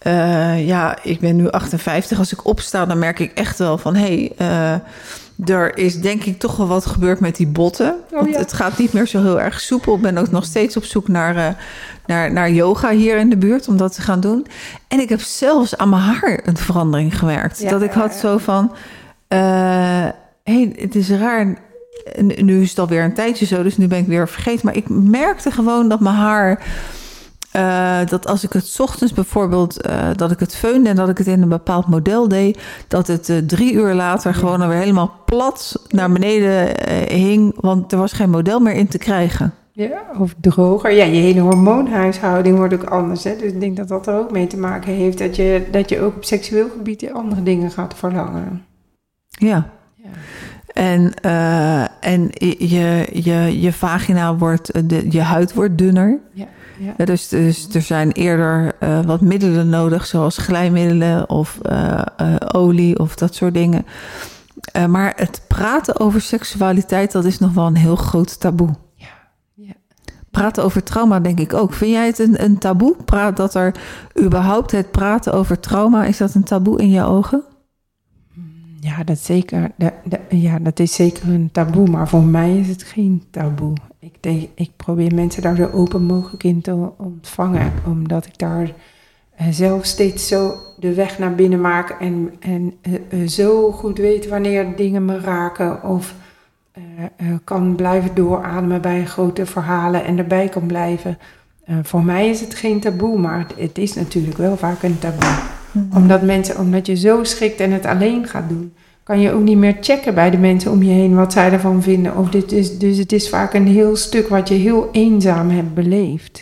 uh, ja, ik ben nu achtenvijftig. Als ik opsta, dan merk ik echt wel van... hé, hey, uh, er is denk ik toch wel wat gebeurd met die botten. Oh, want ja. Het gaat niet meer zo heel erg soepel. Ik ben ook nog steeds op zoek naar, uh, naar, naar yoga hier in de buurt... om dat te gaan doen. En ik heb zelfs aan mijn haar een verandering gemerkt. Ja, dat ik had zo van... Uh, hey, het is raar... Nu is het alweer een tijdje zo, dus nu ben ik weer vergeten. Maar ik merkte gewoon dat mijn haar... Uh, dat als ik het 's ochtends bijvoorbeeld... Uh, dat ik het feunde en dat ik het in een bepaald model deed... dat het uh, drie uur later ja. gewoon alweer helemaal plat naar beneden uh, hing. Want er was geen model meer in te krijgen. Ja, of droger. Ja, je hele hormoonhuishouding wordt ook anders. Hè? Dus ik denk dat dat er ook mee te maken heeft... dat je, dat je ook op seksueel gebied andere dingen gaat verlangen. Ja. Ja. En, uh, en je, je, je vagina wordt, de, je huid wordt dunner. Ja, ja. Ja, dus, dus er zijn eerder uh, wat middelen nodig, zoals glijmiddelen of uh, uh, olie of dat soort dingen. Uh, maar het praten over seksualiteit, dat is nog wel een heel groot taboe. Ja, ja. Praten over trauma denk ik ook. Vind jij het een, een taboe? Praat dat er überhaupt het praten over trauma, is dat een taboe in je ogen? Ja, dat, zeker, de, de, ja, dat is zeker een taboe, maar voor mij is het geen taboe. Ik, denk, ik probeer mensen daar zo open mogelijk in te ontvangen, omdat ik daar uh, zelf steeds zo de weg naar binnen maak en, en uh, uh, zo goed weet wanneer dingen me raken of uh, uh, kan blijven doorademen bij grote verhalen en erbij kan blijven. Uh, voor mij is het geen taboe, maar het, het is natuurlijk wel vaak een taboe. Mm-hmm. Omdat mensen, omdat je zo schrikt en het alleen gaat doen, kan je ook niet meer checken bij de mensen om je heen wat zij ervan vinden. Of dit is, dus het is vaak een heel stuk wat je heel eenzaam hebt beleefd.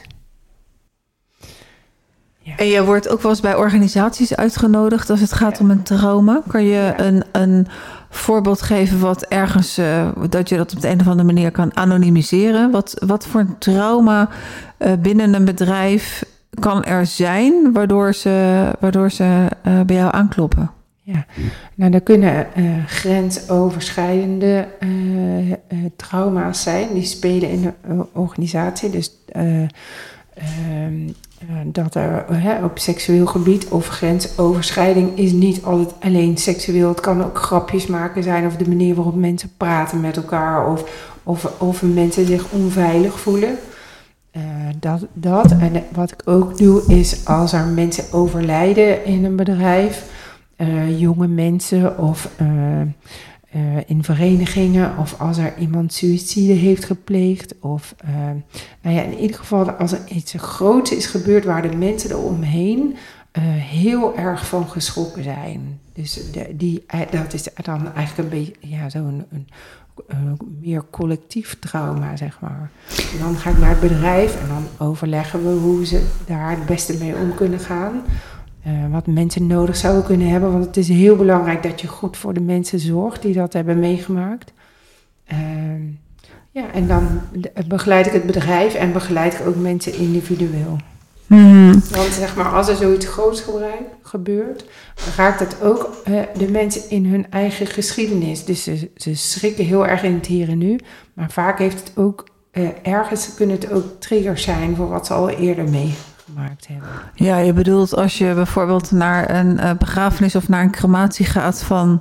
Ja. En je wordt ook wel eens bij organisaties uitgenodigd als het gaat ja. om een trauma. Kan je ja. een, een voorbeeld geven wat ergens, uh, dat je dat op de een of andere manier kan anonimiseren? Wat, wat voor een trauma uh, binnen een bedrijf kan er zijn waardoor ze, waardoor ze uh, bij jou aankloppen? Ja, nou, er kunnen uh, grensoverschrijdende uh, uh, trauma's zijn. Die spelen in de uh, organisatie. Dus uh, uh, uh, dat er uh, op seksueel gebied of grensoverschrijding is niet altijd alleen seksueel. Het kan ook grapjes maken zijn of de manier waarop mensen praten met elkaar. Of, of, of mensen zich onveilig voelen. Uh, dat, dat. En wat ik ook doe is als er mensen overlijden in een bedrijf... Uh, jonge mensen of uh, uh, in verenigingen of als er iemand suïcide heeft gepleegd of uh, nou ja, in ieder geval als er iets groots is gebeurd waar de mensen eromheen uh, heel erg van geschrokken zijn. Dus de, die, uh, dat is dan eigenlijk een beetje ja, zo'n een, uh, meer collectief trauma, zeg maar. En dan ga ik naar het bedrijf en dan overleggen we hoe ze daar het beste mee om kunnen gaan. Uh, wat mensen nodig zouden kunnen hebben. Want het is heel belangrijk dat je goed voor de mensen zorgt die dat hebben meegemaakt. Uh, ja, en dan begeleid ik het bedrijf en begeleid ik ook mensen individueel. Mm-hmm. Want zeg maar, als er zoiets groots gebeurt, dan raakt het ook uh, de mensen in hun eigen geschiedenis. Dus ze, ze schrikken heel erg in het hier en nu. Maar vaak heeft het ook, uh, ergens kunnen het ook triggers zijn voor wat ze al eerder meegemaakt gemaakt hebben. Ja, je bedoelt als je bijvoorbeeld naar een uh, begrafenis of naar een crematie gaat van,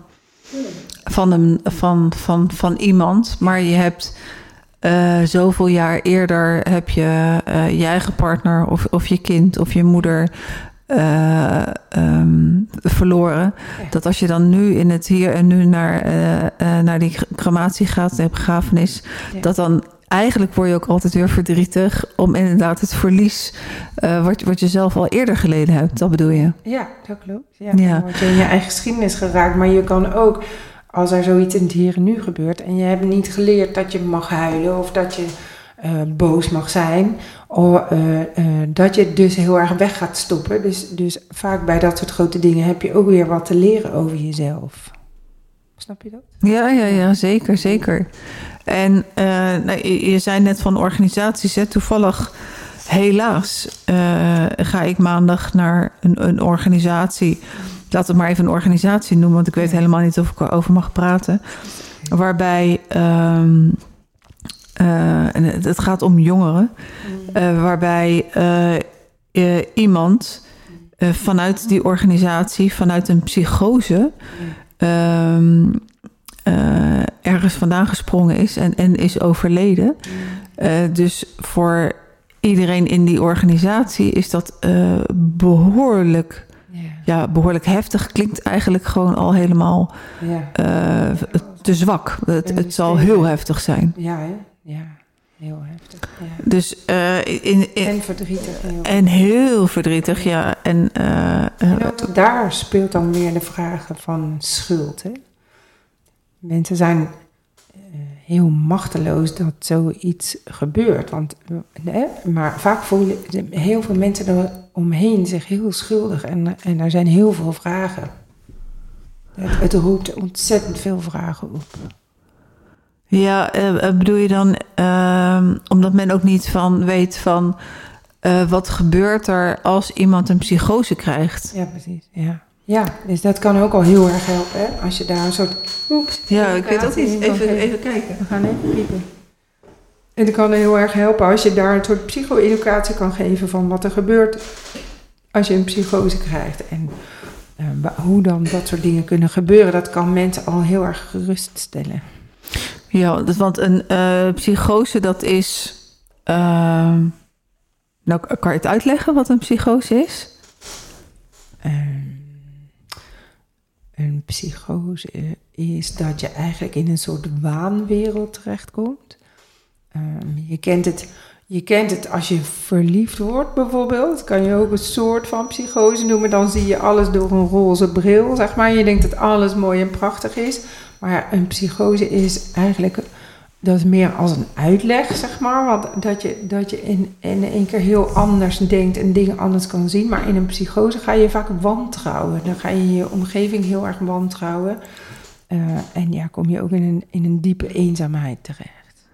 van, een, van, van, van iemand, maar je hebt uh, zoveel jaar eerder heb je uh, je eigen partner of, of je kind of je moeder uh, um, verloren. Ja. Dat als je dan nu in het hier en nu naar, uh, uh, naar die crematie gaat, de begrafenis, ja. dat dan eigenlijk word je ook altijd weer verdrietig om inderdaad het verlies uh, wat, wat je zelf al eerder geleden hebt. Dat bedoel je? Ja, dat klopt. Ja, ja. Dan word je in je eigen geschiedenis geraakt. Maar je kan ook, als er zoiets in het hier en nu gebeurt en je hebt niet geleerd dat je mag huilen of dat je uh, boos mag zijn, of uh, uh, dat je het dus heel erg weg gaat stoppen. Dus, dus vaak bij dat soort grote dingen heb je ook weer wat te leren over jezelf. Snap je dat? Ja, ja, ja, zeker, zeker. En uh, nou, je, je zei net van organisaties, hè, toevallig helaas uh, ga ik maandag naar een, een organisatie. Laat het maar even een organisatie noemen, want ik weet helemaal niet of ik erover mag praten. Waarbij, um, uh, en het gaat om jongeren, uh, waarbij uh, uh, iemand uh, vanuit die organisatie, vanuit een psychose... Ja. Um, uh, ergens vandaan gesprongen is en, en is overleden. Ja. Uh, dus voor iedereen in die organisatie is dat uh, behoorlijk... Ja. ja, behoorlijk heftig. Klinkt eigenlijk gewoon al helemaal ja. uh, te zwak. Het, het zal heel heftig zijn. Ja, hè? Ja, heel heftig. Ja. Dus, uh, in, in, en verdrietig. Heel en heel verdrietig, ja. En, uh, en ook daar speelt dan weer de vraag van schuld. Hè? Mensen zijn uh, heel machteloos dat zoiets gebeurt. Want, hè? Maar vaak voelen heel veel mensen er omheen zich heel schuldig. En, en er zijn heel veel vragen. Het, het roept ontzettend veel vragen op. Ja, uh, bedoel je dan, uh, omdat men ook niet van weet van uh, wat gebeurt er als iemand een psychose krijgt? Ja, precies. Ja, ja, dus dat kan ook al heel erg helpen, hè? Als je daar een soort... Oeps, ja, ik weet ook niet. Even, even kijken. We gaan even piepen. En het kan heel erg helpen als je daar een soort psycho-educatie kan geven van wat er gebeurt als je een psychose krijgt. En uh, hoe dan dat soort dingen kunnen gebeuren, dat kan mensen al heel erg geruststellen. Ja, want een uh, psychose, dat is... Uh, nou, kan je het uitleggen wat een psychose is? Um, een psychose is dat je eigenlijk in een soort waanwereld terechtkomt. Um, je kent het, je kent het als je verliefd wordt bijvoorbeeld. Kan je ook een soort van psychose noemen. Dan zie je alles door een roze bril, zeg maar. Je denkt dat alles mooi en prachtig is. Maar ja, een psychose is eigenlijk, dat is meer als een uitleg, zeg maar. Want dat je, dat je in, in één keer heel anders denkt en dingen anders kan zien. Maar in een psychose ga je vaak wantrouwen. Dan ga je je omgeving heel erg wantrouwen. Uh, en ja, kom je ook in een, in een diepe eenzaamheid terecht.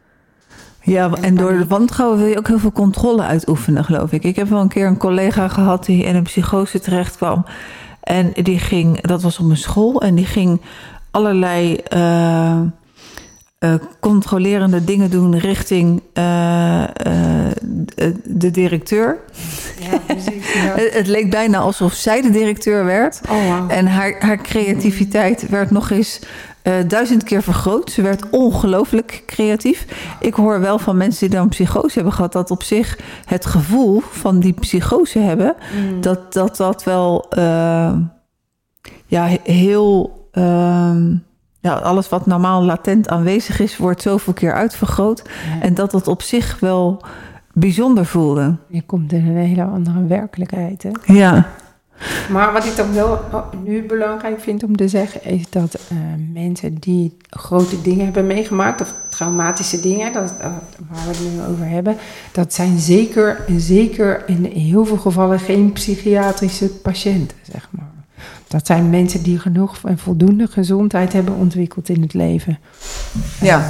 Ja, en door het wantrouwen wil je ook heel veel controle uitoefenen, geloof ik. Ik heb wel een keer een collega gehad die in een psychose terecht kwam. En die ging, dat was op mijn school, en die ging allerlei uh, uh, controlerende dingen doen richting uh, uh, de directeur. Ja, precies. Ja. Het leek bijna alsof zij de directeur werd. Oh, wow. En haar, haar creativiteit werd nog eens uh, duizend keer vergroot. Ze werd ongelooflijk creatief. Ik hoor wel van mensen die dan een psychose hebben gehad, dat op zich het gevoel van die psychose hebben, mm. dat, dat dat wel uh, ja, heel... Uh, ja, alles wat normaal latent aanwezig is, wordt zoveel keer uitvergroot. Ja. En dat dat op zich wel bijzonder voelde. Je komt in een hele andere werkelijkheid, hè? Ja. Maar wat ik dan wel nu belangrijk vind om te zeggen, is dat uh, mensen die grote dingen hebben meegemaakt, of traumatische dingen, dat, uh, waar we het nu over hebben, dat zijn zeker, zeker in heel veel gevallen geen psychiatrische patiënten, zeg maar. Dat zijn mensen die genoeg en voldoende gezondheid hebben ontwikkeld in het leven. Ja.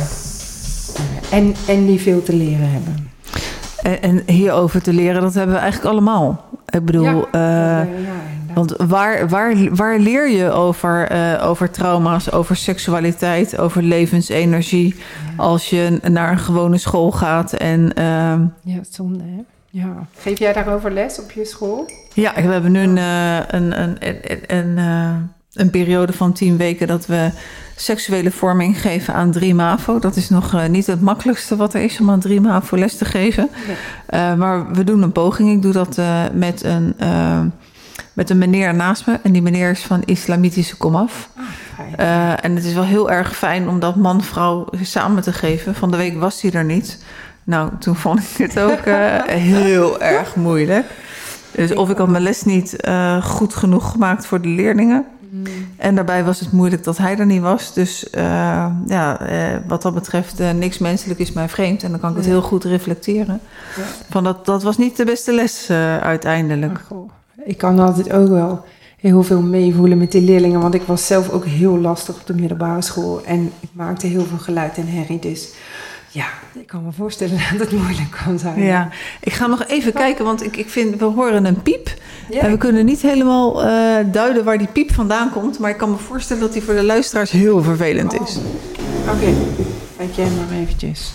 Uh, en, en die veel te leren hebben. En, en hierover te leren, dat hebben we eigenlijk allemaal. Ik bedoel, ja, uh, ja, want waar, waar, waar leer je over, uh, over trauma's, over seksualiteit, over levensenergie, ja, als je naar een gewone school gaat? En, uh, ja, zonde, hè? Ja. Geef jij daarover les op je school? Ja, we hebben nu een, een, een, een, een, een periode van tien weken dat we seksuele vorming geven aan drie MAVO. Dat is nog uh, niet het makkelijkste wat er is om aan drie MAVO les te geven. Nee. Uh, maar we doen een poging. Ik doe dat uh, met, een, uh, met een meneer naast me. En die meneer is van islamitische komaf. Ah, uh, en het is wel heel erg fijn om dat man-vrouw samen te geven. Van de week was hij er niet. Nou, toen vond ik het ook uh, heel erg moeilijk. Dus of ik had mijn les niet uh, goed genoeg gemaakt voor de leerlingen. Mm. En daarbij was het moeilijk dat hij er niet was. Dus uh, ja, uh, wat dat betreft, uh, niks menselijk is mij vreemd. En dan kan ik het heel goed reflecteren. Ja. Van dat, dat was niet de beste les uh, uiteindelijk. Oh, ik kan altijd ook wel heel veel meevoelen met die leerlingen. Want ik was zelf ook heel lastig op de middelbare school. En ik maakte heel veel geluid en herrie. Dus ja, ik kan me voorstellen dat het moeilijk kan zijn. Ja, ik ga nog even oh. kijken, want ik, ik vind, we horen een piep. Yeah. En we kunnen niet helemaal uh, duiden waar die piep vandaan komt. Maar ik kan me voorstellen dat die voor de luisteraars heel vervelend oh. is. Oké, okay. Kijk jij maar eventjes.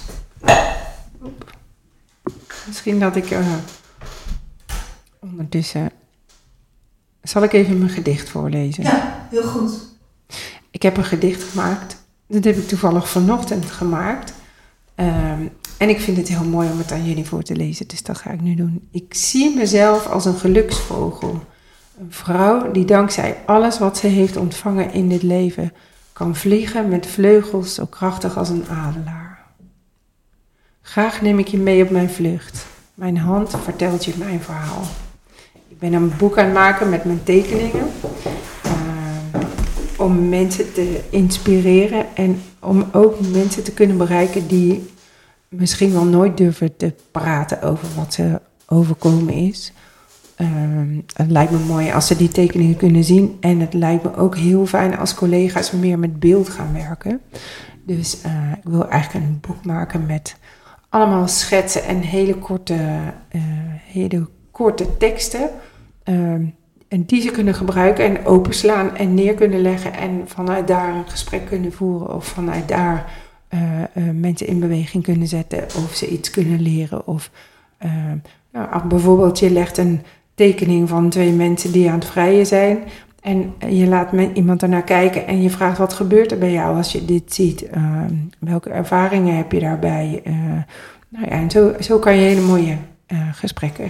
Oep. Misschien dat ik uh, ondertussen Zal ik even mijn gedicht voorlezen? Ja, heel goed. Ik heb een gedicht gemaakt. Dat heb ik toevallig vanochtend gemaakt. Um, en ik vind het heel mooi om het aan jullie voor te lezen. Dus dat ga ik nu doen. Ik zie mezelf als een geluksvogel. Een vrouw die dankzij alles wat ze heeft ontvangen in dit leven kan vliegen met vleugels zo krachtig als een adelaar. Graag neem ik je mee op mijn vlucht. Mijn hand vertelt je mijn verhaal. Ik ben een boek aan het maken met mijn tekeningen. Uh, om mensen te inspireren en om ook mensen te kunnen bereiken die misschien wel nooit durven te praten over wat ze overkomen is. Uh, het lijkt me mooi als ze die tekeningen kunnen zien. En het lijkt me ook heel fijn als collega's meer met beeld gaan werken. Dus uh, ik wil eigenlijk een boek maken met allemaal schetsen en hele korte, uh, hele korte teksten. Uh, en die ze kunnen gebruiken en openslaan en neer kunnen leggen. En vanuit daar een gesprek kunnen voeren. Of vanuit daar uh, uh, mensen in beweging kunnen zetten. Of ze iets kunnen leren. Of uh, nou, bijvoorbeeld je legt een tekening van twee mensen die aan het vrijen zijn. En je laat iemand ernaar kijken en je vraagt wat gebeurt er bij jou als je dit ziet. Uh, welke ervaringen heb je daarbij? Uh, nou ja, en zo, zo kan je hele mooie uh, gesprekken uh,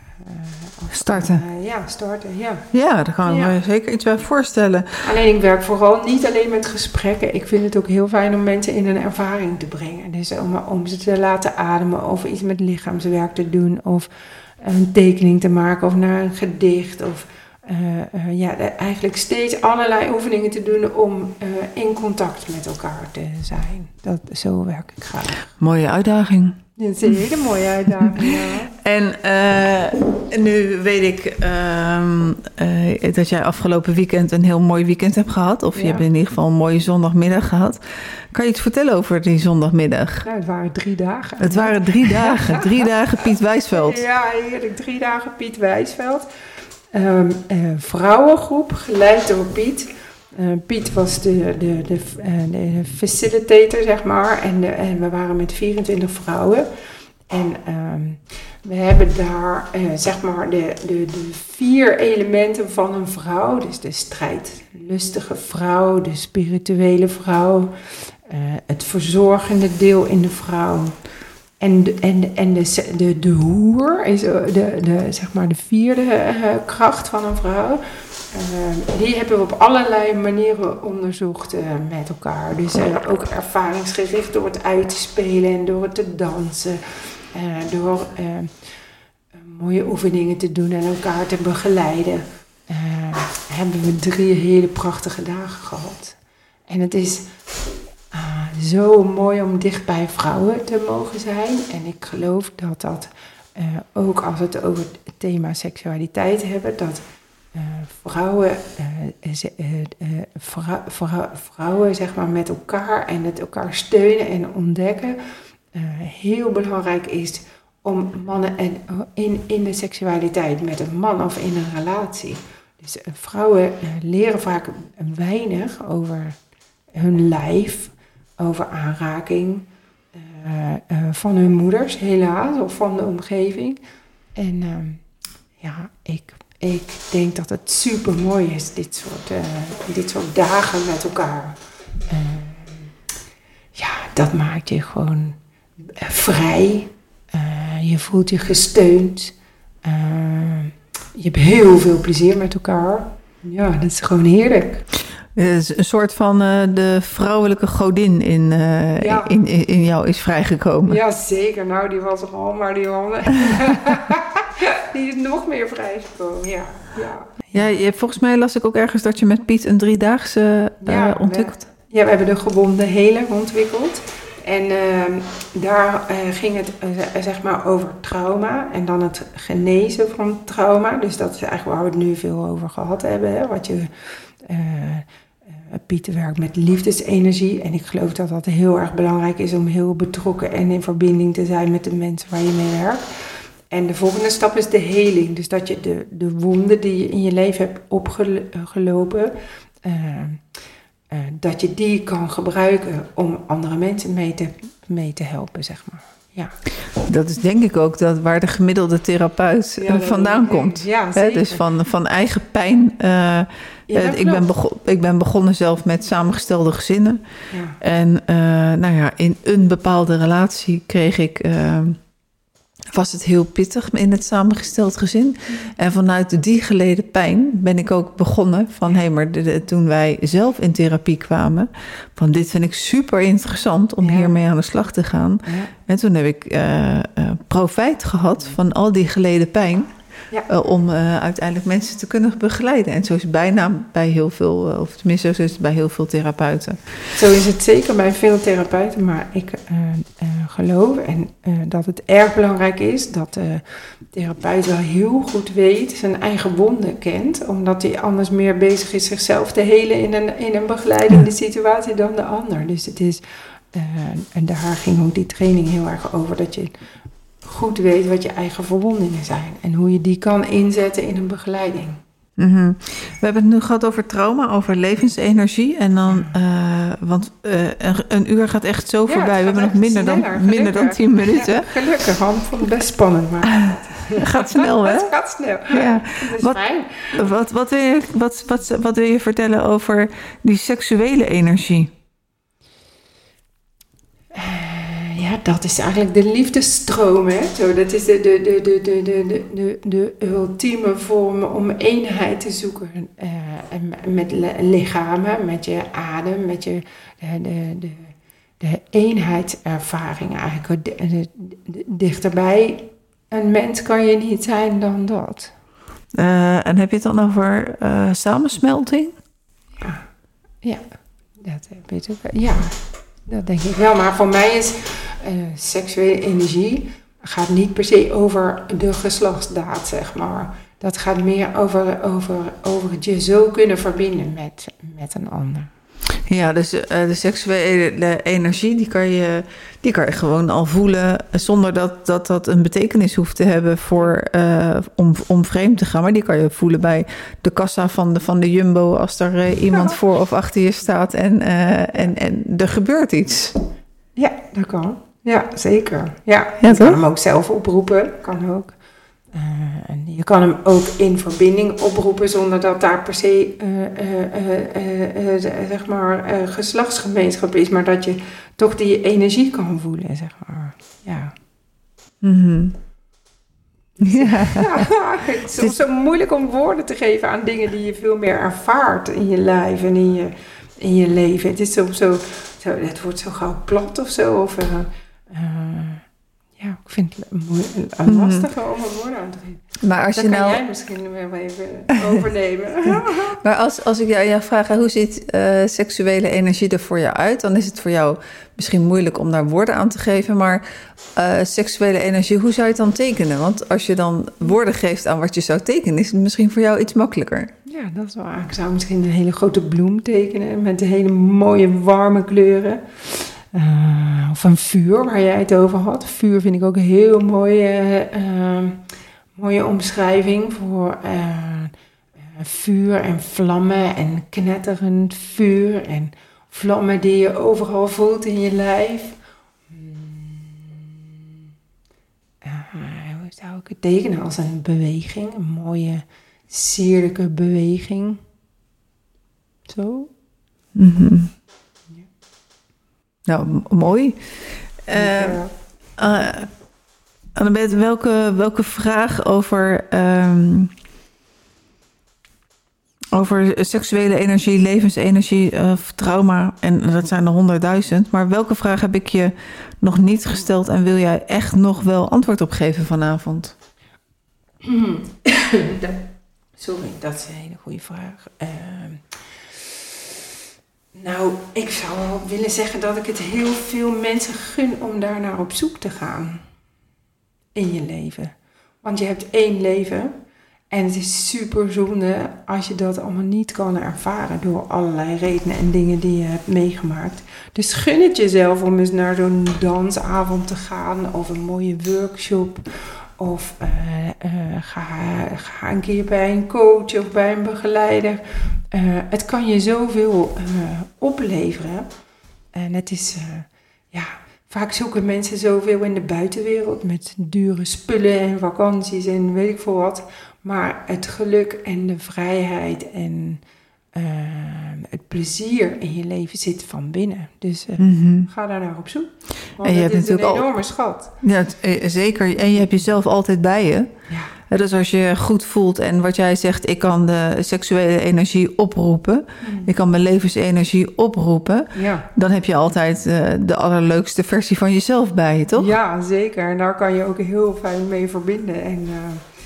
starten. Uh, ja, starten, ja. Ja, daar kan ik ja. me zeker iets bij voorstellen. Alleen ik werk vooral niet alleen met gesprekken. Ik vind het ook heel fijn om mensen in een ervaring te brengen. Dus om, om ze te laten ademen of iets met lichaamswerk te doen. Of een tekening te maken of naar een gedicht. Of uh, uh, ja, eigenlijk steeds allerlei oefeningen te doen om uh, in contact met elkaar te zijn. Dat, zo werk ik graag. Mooie uitdaging. Dat is een hele mooie uitdaging, ja. En uh, nu weet ik uh, uh, dat jij afgelopen weekend een heel mooi weekend hebt gehad. Of ja. je hebt in ieder geval een mooie zondagmiddag gehad. Kan je iets vertellen over die zondagmiddag? Nou, het waren drie dagen. Het waren drie dagen. Drie dagen Piet Wijsveld. Ja, heerlijk. Drie dagen Piet Wijsveld. Um, uh, vrouwengroep, geleid door Piet. Uh, Piet was de, de, de, uh, de facilitator, zeg maar. En, de, en we waren met vierentwintig vrouwen. En um, we hebben daar, uh, zeg maar, de, de, de vier elementen van een vrouw. Dus de strijdlustige vrouw, de spirituele vrouw, uh, het verzorgende deel in de vrouw. En de, en de, en de, de, de hoer is de, de, zeg maar de vierde uh, kracht van een vrouw. Uh, die hebben we op allerlei manieren onderzocht uh, met elkaar. Dus uh, ook ervaringsgericht door het uit te spelen en door het te dansen. Uh, door uh, mooie oefeningen te doen en elkaar te begeleiden. Uh, hebben we drie hele prachtige dagen gehad. En het is uh, zo mooi om dicht bij vrouwen te mogen zijn. En ik geloof dat dat, uh, ook als we het over het thema seksualiteit hebben, dat Uh, vrouwen, uh, uh, uh, vrou, vrou, vrouwen zeg maar, met elkaar en het elkaar steunen en ontdekken uh, heel belangrijk is om mannen en, uh, in, in de seksualiteit met een man of in een relatie. Dus uh, vrouwen uh, leren vaak weinig over hun lijf, over aanraking uh, uh, van hun moeders helaas of van de omgeving. En uh, ja, ik Ik denk dat het super mooi is, dit soort, uh, dit soort dagen met elkaar. Uh, ja, dat maakt je gewoon uh, vrij. Uh, je voelt je gesteund. Uh, je hebt heel veel plezier met elkaar. Ja, dat is gewoon heerlijk. Het is een soort van uh, de vrouwelijke godin in, uh, ja. in, in, in jou is vrijgekomen. Ja, zeker. Nou, die was er al, maar die handen... Die is nog meer vrijgekomen, ja. Ja, ja je, volgens mij las ik ook ergens dat je met Piet een driedaagse uh, ja, ontwikkeld. We, ja, we hebben de gewonde heler ontwikkeld. En uh, daar uh, ging het uh, zeg maar over trauma en dan het genezen van trauma. Dus dat is eigenlijk waar we het nu veel over gehad hebben. Hè? Wat je, uh, uh, Piet werkt met liefdesenergie. En ik geloof dat dat heel erg belangrijk is om heel betrokken en in verbinding te zijn met de mensen waar je mee werkt. En de volgende stap is de heling. Dus dat je de, de wonden die je in je leven hebt opgelopen, uh, uh, dat je die kan gebruiken om andere mensen mee te, mee te helpen, zeg maar. Ja. Dat is denk ik ook dat waar de gemiddelde therapeut Ja, dat vandaan ik denk. komt. Ja, Hè, zeker. dus van, van eigen pijn. Uh, Ja, uh, ik, ben bego- ik ben begonnen zelf met samengestelde gezinnen. Ja. En uh, nou ja, in een bepaalde relatie kreeg ik... Uh, was het heel pittig in het samengesteld gezin. Mm. En vanuit die geleden pijn ben ik ook begonnen van... hé, hey, maar de, de, toen wij zelf in therapie kwamen... van dit vind ik super interessant om ja. hiermee aan de slag te gaan. Ja. En toen heb ik uh, uh, profijt gehad van al die geleden pijn... Ja. Uh, om uh, uiteindelijk mensen te kunnen begeleiden. En zo is het bijna bij heel veel... Uh, of tenminste, zo is het bij heel veel therapeuten. Zo is het zeker bij veel therapeuten. Maar ik uh, uh, geloof en, uh, dat het erg belangrijk is... dat de therapeut wel heel goed weet... zijn eigen wonden kent. Omdat hij anders meer bezig is zichzelf te helen... in een, in een begeleidende situatie dan de ander. Dus het is... Uh, en daar ging ook die training heel erg over... dat je... goed weet wat je eigen verwondingen zijn. En hoe je die kan inzetten in een begeleiding. Mm-hmm. We hebben het nu gehad over trauma, over levensenergie. En dan, uh, want uh, een, een uur gaat echt zo ja, voorbij. We hebben nog minder dan, minder dan tien minuten. Ja, gelukkig, Han. Ik vond het best spannend. Maar het gaat snel, hè? Het gaat snel. Ja. Dat is wat, fijn. Wat, wat, wil je, wat, wat, wat wil je vertellen over die seksuele energie? Ja, dat is eigenlijk de liefdesstroom, hè. Zo, dat is de, de, de, de, de, de, de, de ultieme vorm om eenheid te zoeken. Uh, met lichamen, met je adem, met je de, de, de, de eenheidservaring eigenlijk. De, de, de, dichterbij een mens kan je niet zijn dan dat. Uh, en heb je het dan over uh, samensmelting? Ja, ja, dat heb je het ook. Ja. Dat denk ik wel, maar voor mij is uh, seksuele energie gaat niet per se over de geslachtsdaad, zeg maar. Dat gaat meer over, over, over het je zo kunnen verbinden met, met een ander. Ja, dus uh, de seksuele energie, die kan, je, die kan je gewoon al voelen... zonder dat dat, dat een betekenis hoeft te hebben voor, uh, om, om vreemd te gaan. Maar die kan je voelen bij de kassa van de, van de Jumbo... als er uh, iemand ja. voor of achter je staat en, uh, en, en er gebeurt iets. Ja, dat kan. Ja, zeker. Ja, ja, je kan hem ook zelf oproepen, kan ook. Uh, en je kan hem ook in verbinding oproepen zonder dat daar per se uh, uh, uh, uh, uh, zeg maar uh, geslachtsgemeenschap is, maar dat je toch die energie kan voelen, zeg maar. Ja. Mm-hmm. Ja. Ja, het is soms zo moeilijk om woorden te geven aan dingen die je veel meer ervaart in je lijf en in je, in je leven. Het is soms zo, zo, het wordt zo gauw plat of zo. Of, uh, uh, ja, ik vind het moe- lastig mm-hmm. om er woorden aan te geven. Maar als dat je kan nou... jij misschien wel even overnemen. Maar als, als ik jou, jou vraag, hoe ziet uh, seksuele energie er voor jou uit? Dan is het voor jou misschien moeilijk om daar woorden aan te geven. Maar uh, seksuele energie, hoe zou je het dan tekenen? Want als je dan woorden geeft aan wat je zou tekenen... is het misschien voor jou iets makkelijker. Ja, dat is waar. Ik zou misschien een hele grote bloem tekenen... met hele mooie, warme kleuren... Uh, of een vuur, waar jij het over had. Vuur vind ik ook een heel mooie, uh, mooie omschrijving voor uh, uh, vuur en vlammen en knetterend vuur en vlammen die je overal voelt in je lijf. Uh, hoe zou ik het tekenen? Als een beweging, een mooie, sierlijke beweging. Zo. Mm-hmm. Nou, m- mooi. Uh, uh, Annabeth, welke, welke vraag over, um, over seksuele energie, levensenergie, uh, trauma, en dat zijn er honderdduizend, maar welke vraag heb ik je nog niet gesteld en wil jij echt nog wel antwoord op geven vanavond? Sorry, dat is een hele goede vraag. Uh, Nou, ik zou wel willen zeggen dat ik het heel veel mensen gun om daar naar op zoek te gaan. In je leven. Want je hebt één leven. En het is super zonde als je dat allemaal niet kan ervaren. Door allerlei redenen en dingen die je hebt meegemaakt. Dus gun het jezelf om eens naar zo'n dansavond te gaan. Of een mooie workshop. Of uh, uh, ga, ga een keer bij een coach of bij een begeleider. Uh, het kan je zoveel uh, opleveren. En het is, uh, ja, vaak zoeken mensen zoveel in de buitenwereld met dure spullen en vakanties en weet ik veel wat. Maar het geluk en de vrijheid en uh, het plezier in je leven zit van binnen. Dus uh, mm-hmm. ga daar naar op zoek. Want en je het hebt is een enorme al... schat. Ja, het, zeker. En je hebt jezelf altijd bij je. Ja. Dus als je goed voelt en wat jij zegt, ik kan de seksuele energie oproepen. Mm. Ik kan mijn levensenergie oproepen. Ja. Dan heb je altijd uh, de allerleukste versie van jezelf bij je, toch? Ja, zeker. En daar kan je ook heel fijn mee verbinden. En uh,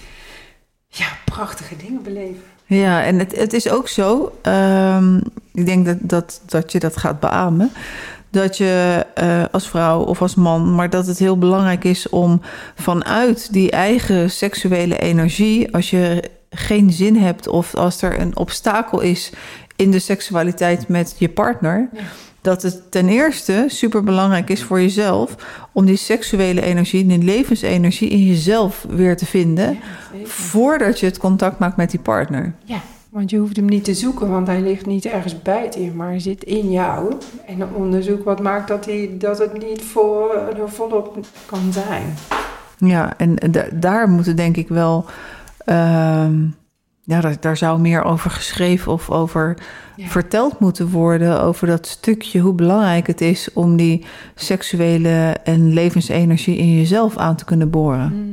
ja, prachtige dingen beleven. Ja, en het, het is ook zo. Um, ik denk dat, dat, dat je dat gaat beamen. Dat je uh, als vrouw of als man, maar dat het heel belangrijk is om vanuit die eigen seksuele energie, als je geen zin hebt of als er een obstakel is in de seksualiteit met je partner, ja. dat het ten eerste superbelangrijk is voor jezelf om die seksuele energie, die levensenergie in jezelf weer te vinden, ja, voordat je het contact maakt met die partner. Ja. Want je hoeft hem niet te zoeken, want hij ligt niet ergens buiten je, maar hij zit in jou. En een onderzoek wat maakt dat, hij, dat het niet voor, er volop kan zijn. Ja, en d- daar moeten denk ik wel... Uh, ja, daar, daar zou meer over geschreven of over ja. verteld moeten worden. Over dat stukje, hoe belangrijk het is om die seksuele en levensenergie in jezelf aan te kunnen boren. Mm.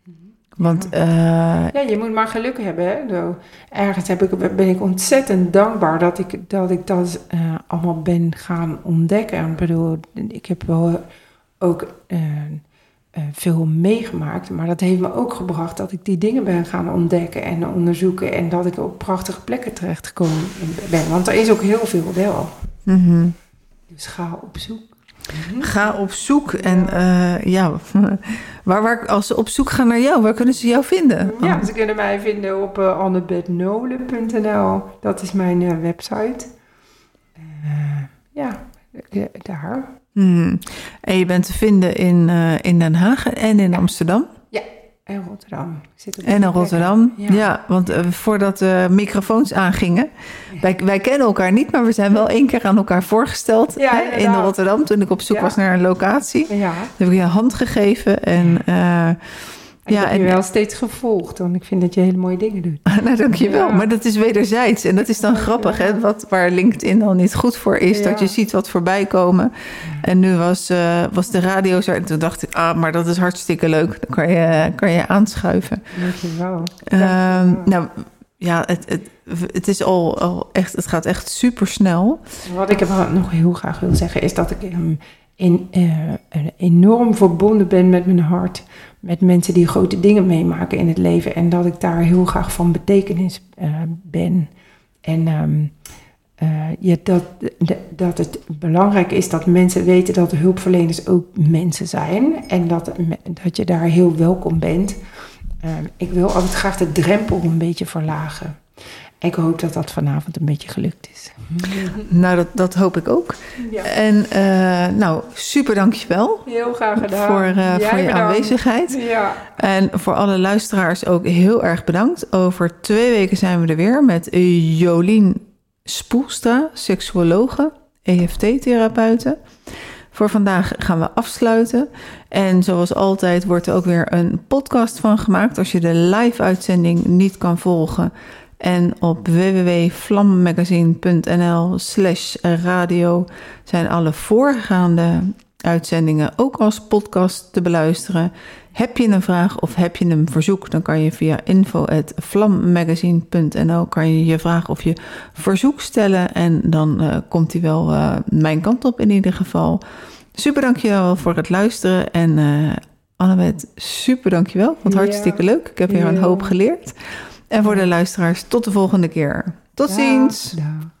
Want, uh, ja, je moet maar geluk hebben. Hè? Zo, ergens heb ik, ben ik ontzettend dankbaar dat ik dat, ik dat uh, allemaal ben gaan ontdekken. Ik bedoel, ik heb wel ook uh, uh, veel meegemaakt. Maar dat heeft me ook gebracht dat ik die dingen ben gaan ontdekken en onderzoeken. En dat ik op prachtige plekken terechtgekomen ben. Want er is ook heel veel wel. Mm-hmm. Dus ga op zoek. Ga op zoek. En uh, ja, waar, waar, als ze op zoek gaan naar jou, waar kunnen ze jou vinden? Ja, ze kunnen mij vinden op uh, annabethnole punt n l. Dat is mijn uh, website. Uh, ja, daar. Hmm. En je bent te vinden in, uh, in Den Haag en in ja. Amsterdam? Ja, en Rotterdam. Ik zit op en in Rotterdam, ja. ja want uh, voordat de microfoons aangingen... Ja. Wij, wij kennen elkaar niet, maar we zijn wel één keer aan elkaar voorgesteld ja, hè, in Rotterdam... toen ik op zoek ja. was naar een locatie. Ja. Toen heb ik je een hand gegeven en... Uh, ik ja, heb je en, wel steeds gevolgd, want ik vind dat je hele mooie dingen doet. Nou, dank je wel. Ja. Maar dat is wederzijds. En dat is dan grappig, ja. hè? Wat, waar LinkedIn dan niet goed voor is. Ja. Dat je ziet wat voorbij komen. Ja. En nu was, uh, was de radio zo. En toen dacht ik, ah, maar dat is hartstikke leuk. Dan kan je, kan je aanschuiven. Dank je wel. Uh, nou, ja, het, het, het is al, al echt, het gaat echt super snel. Wat ik nog heel graag wil zeggen is dat ik um, in, uh, enorm verbonden ben met mijn hart. Met mensen die grote dingen meemaken in het leven. En dat ik daar heel graag van betekenis uh, ben. En um, uh, ja, dat, de, dat het belangrijk is dat mensen weten dat de hulpverleners ook mensen zijn. En dat, dat je daar heel welkom bent. Uh, ik wil altijd graag de drempel een beetje verlagen. Ik hoop dat dat vanavond een beetje gelukt is. Nou, dat, dat hoop ik ook. Ja. En uh, nou, super dankjewel. Heel graag gedaan. Voor, uh, voor je bedankt. aanwezigheid. Ja. En voor alle luisteraars ook heel erg bedankt. Over twee weken zijn we er weer met Jolien Spoelstra, seksuologe, E F T-therapeute. Voor vandaag gaan we afsluiten. En zoals altijd wordt er ook weer een podcast van gemaakt. Als je de live-uitzending niet kan volgen... En op w w w punt vlammagazine punt n l slash radio zijn alle voorgaande uitzendingen ook als podcast te beluisteren. Heb je een vraag of heb je een verzoek, dan kan je via info at vlammagazine punt n l kan je je vraag of je verzoek stellen. En dan uh, komt die wel uh, mijn kant op in ieder geval. Super dankjewel voor het luisteren. En uh, Annabeth, super dankjewel. Vond het hartstikke leuk. Ik heb weer een hoop geleerd. En voor de luisteraars, tot de volgende keer. Tot ziens! Ja,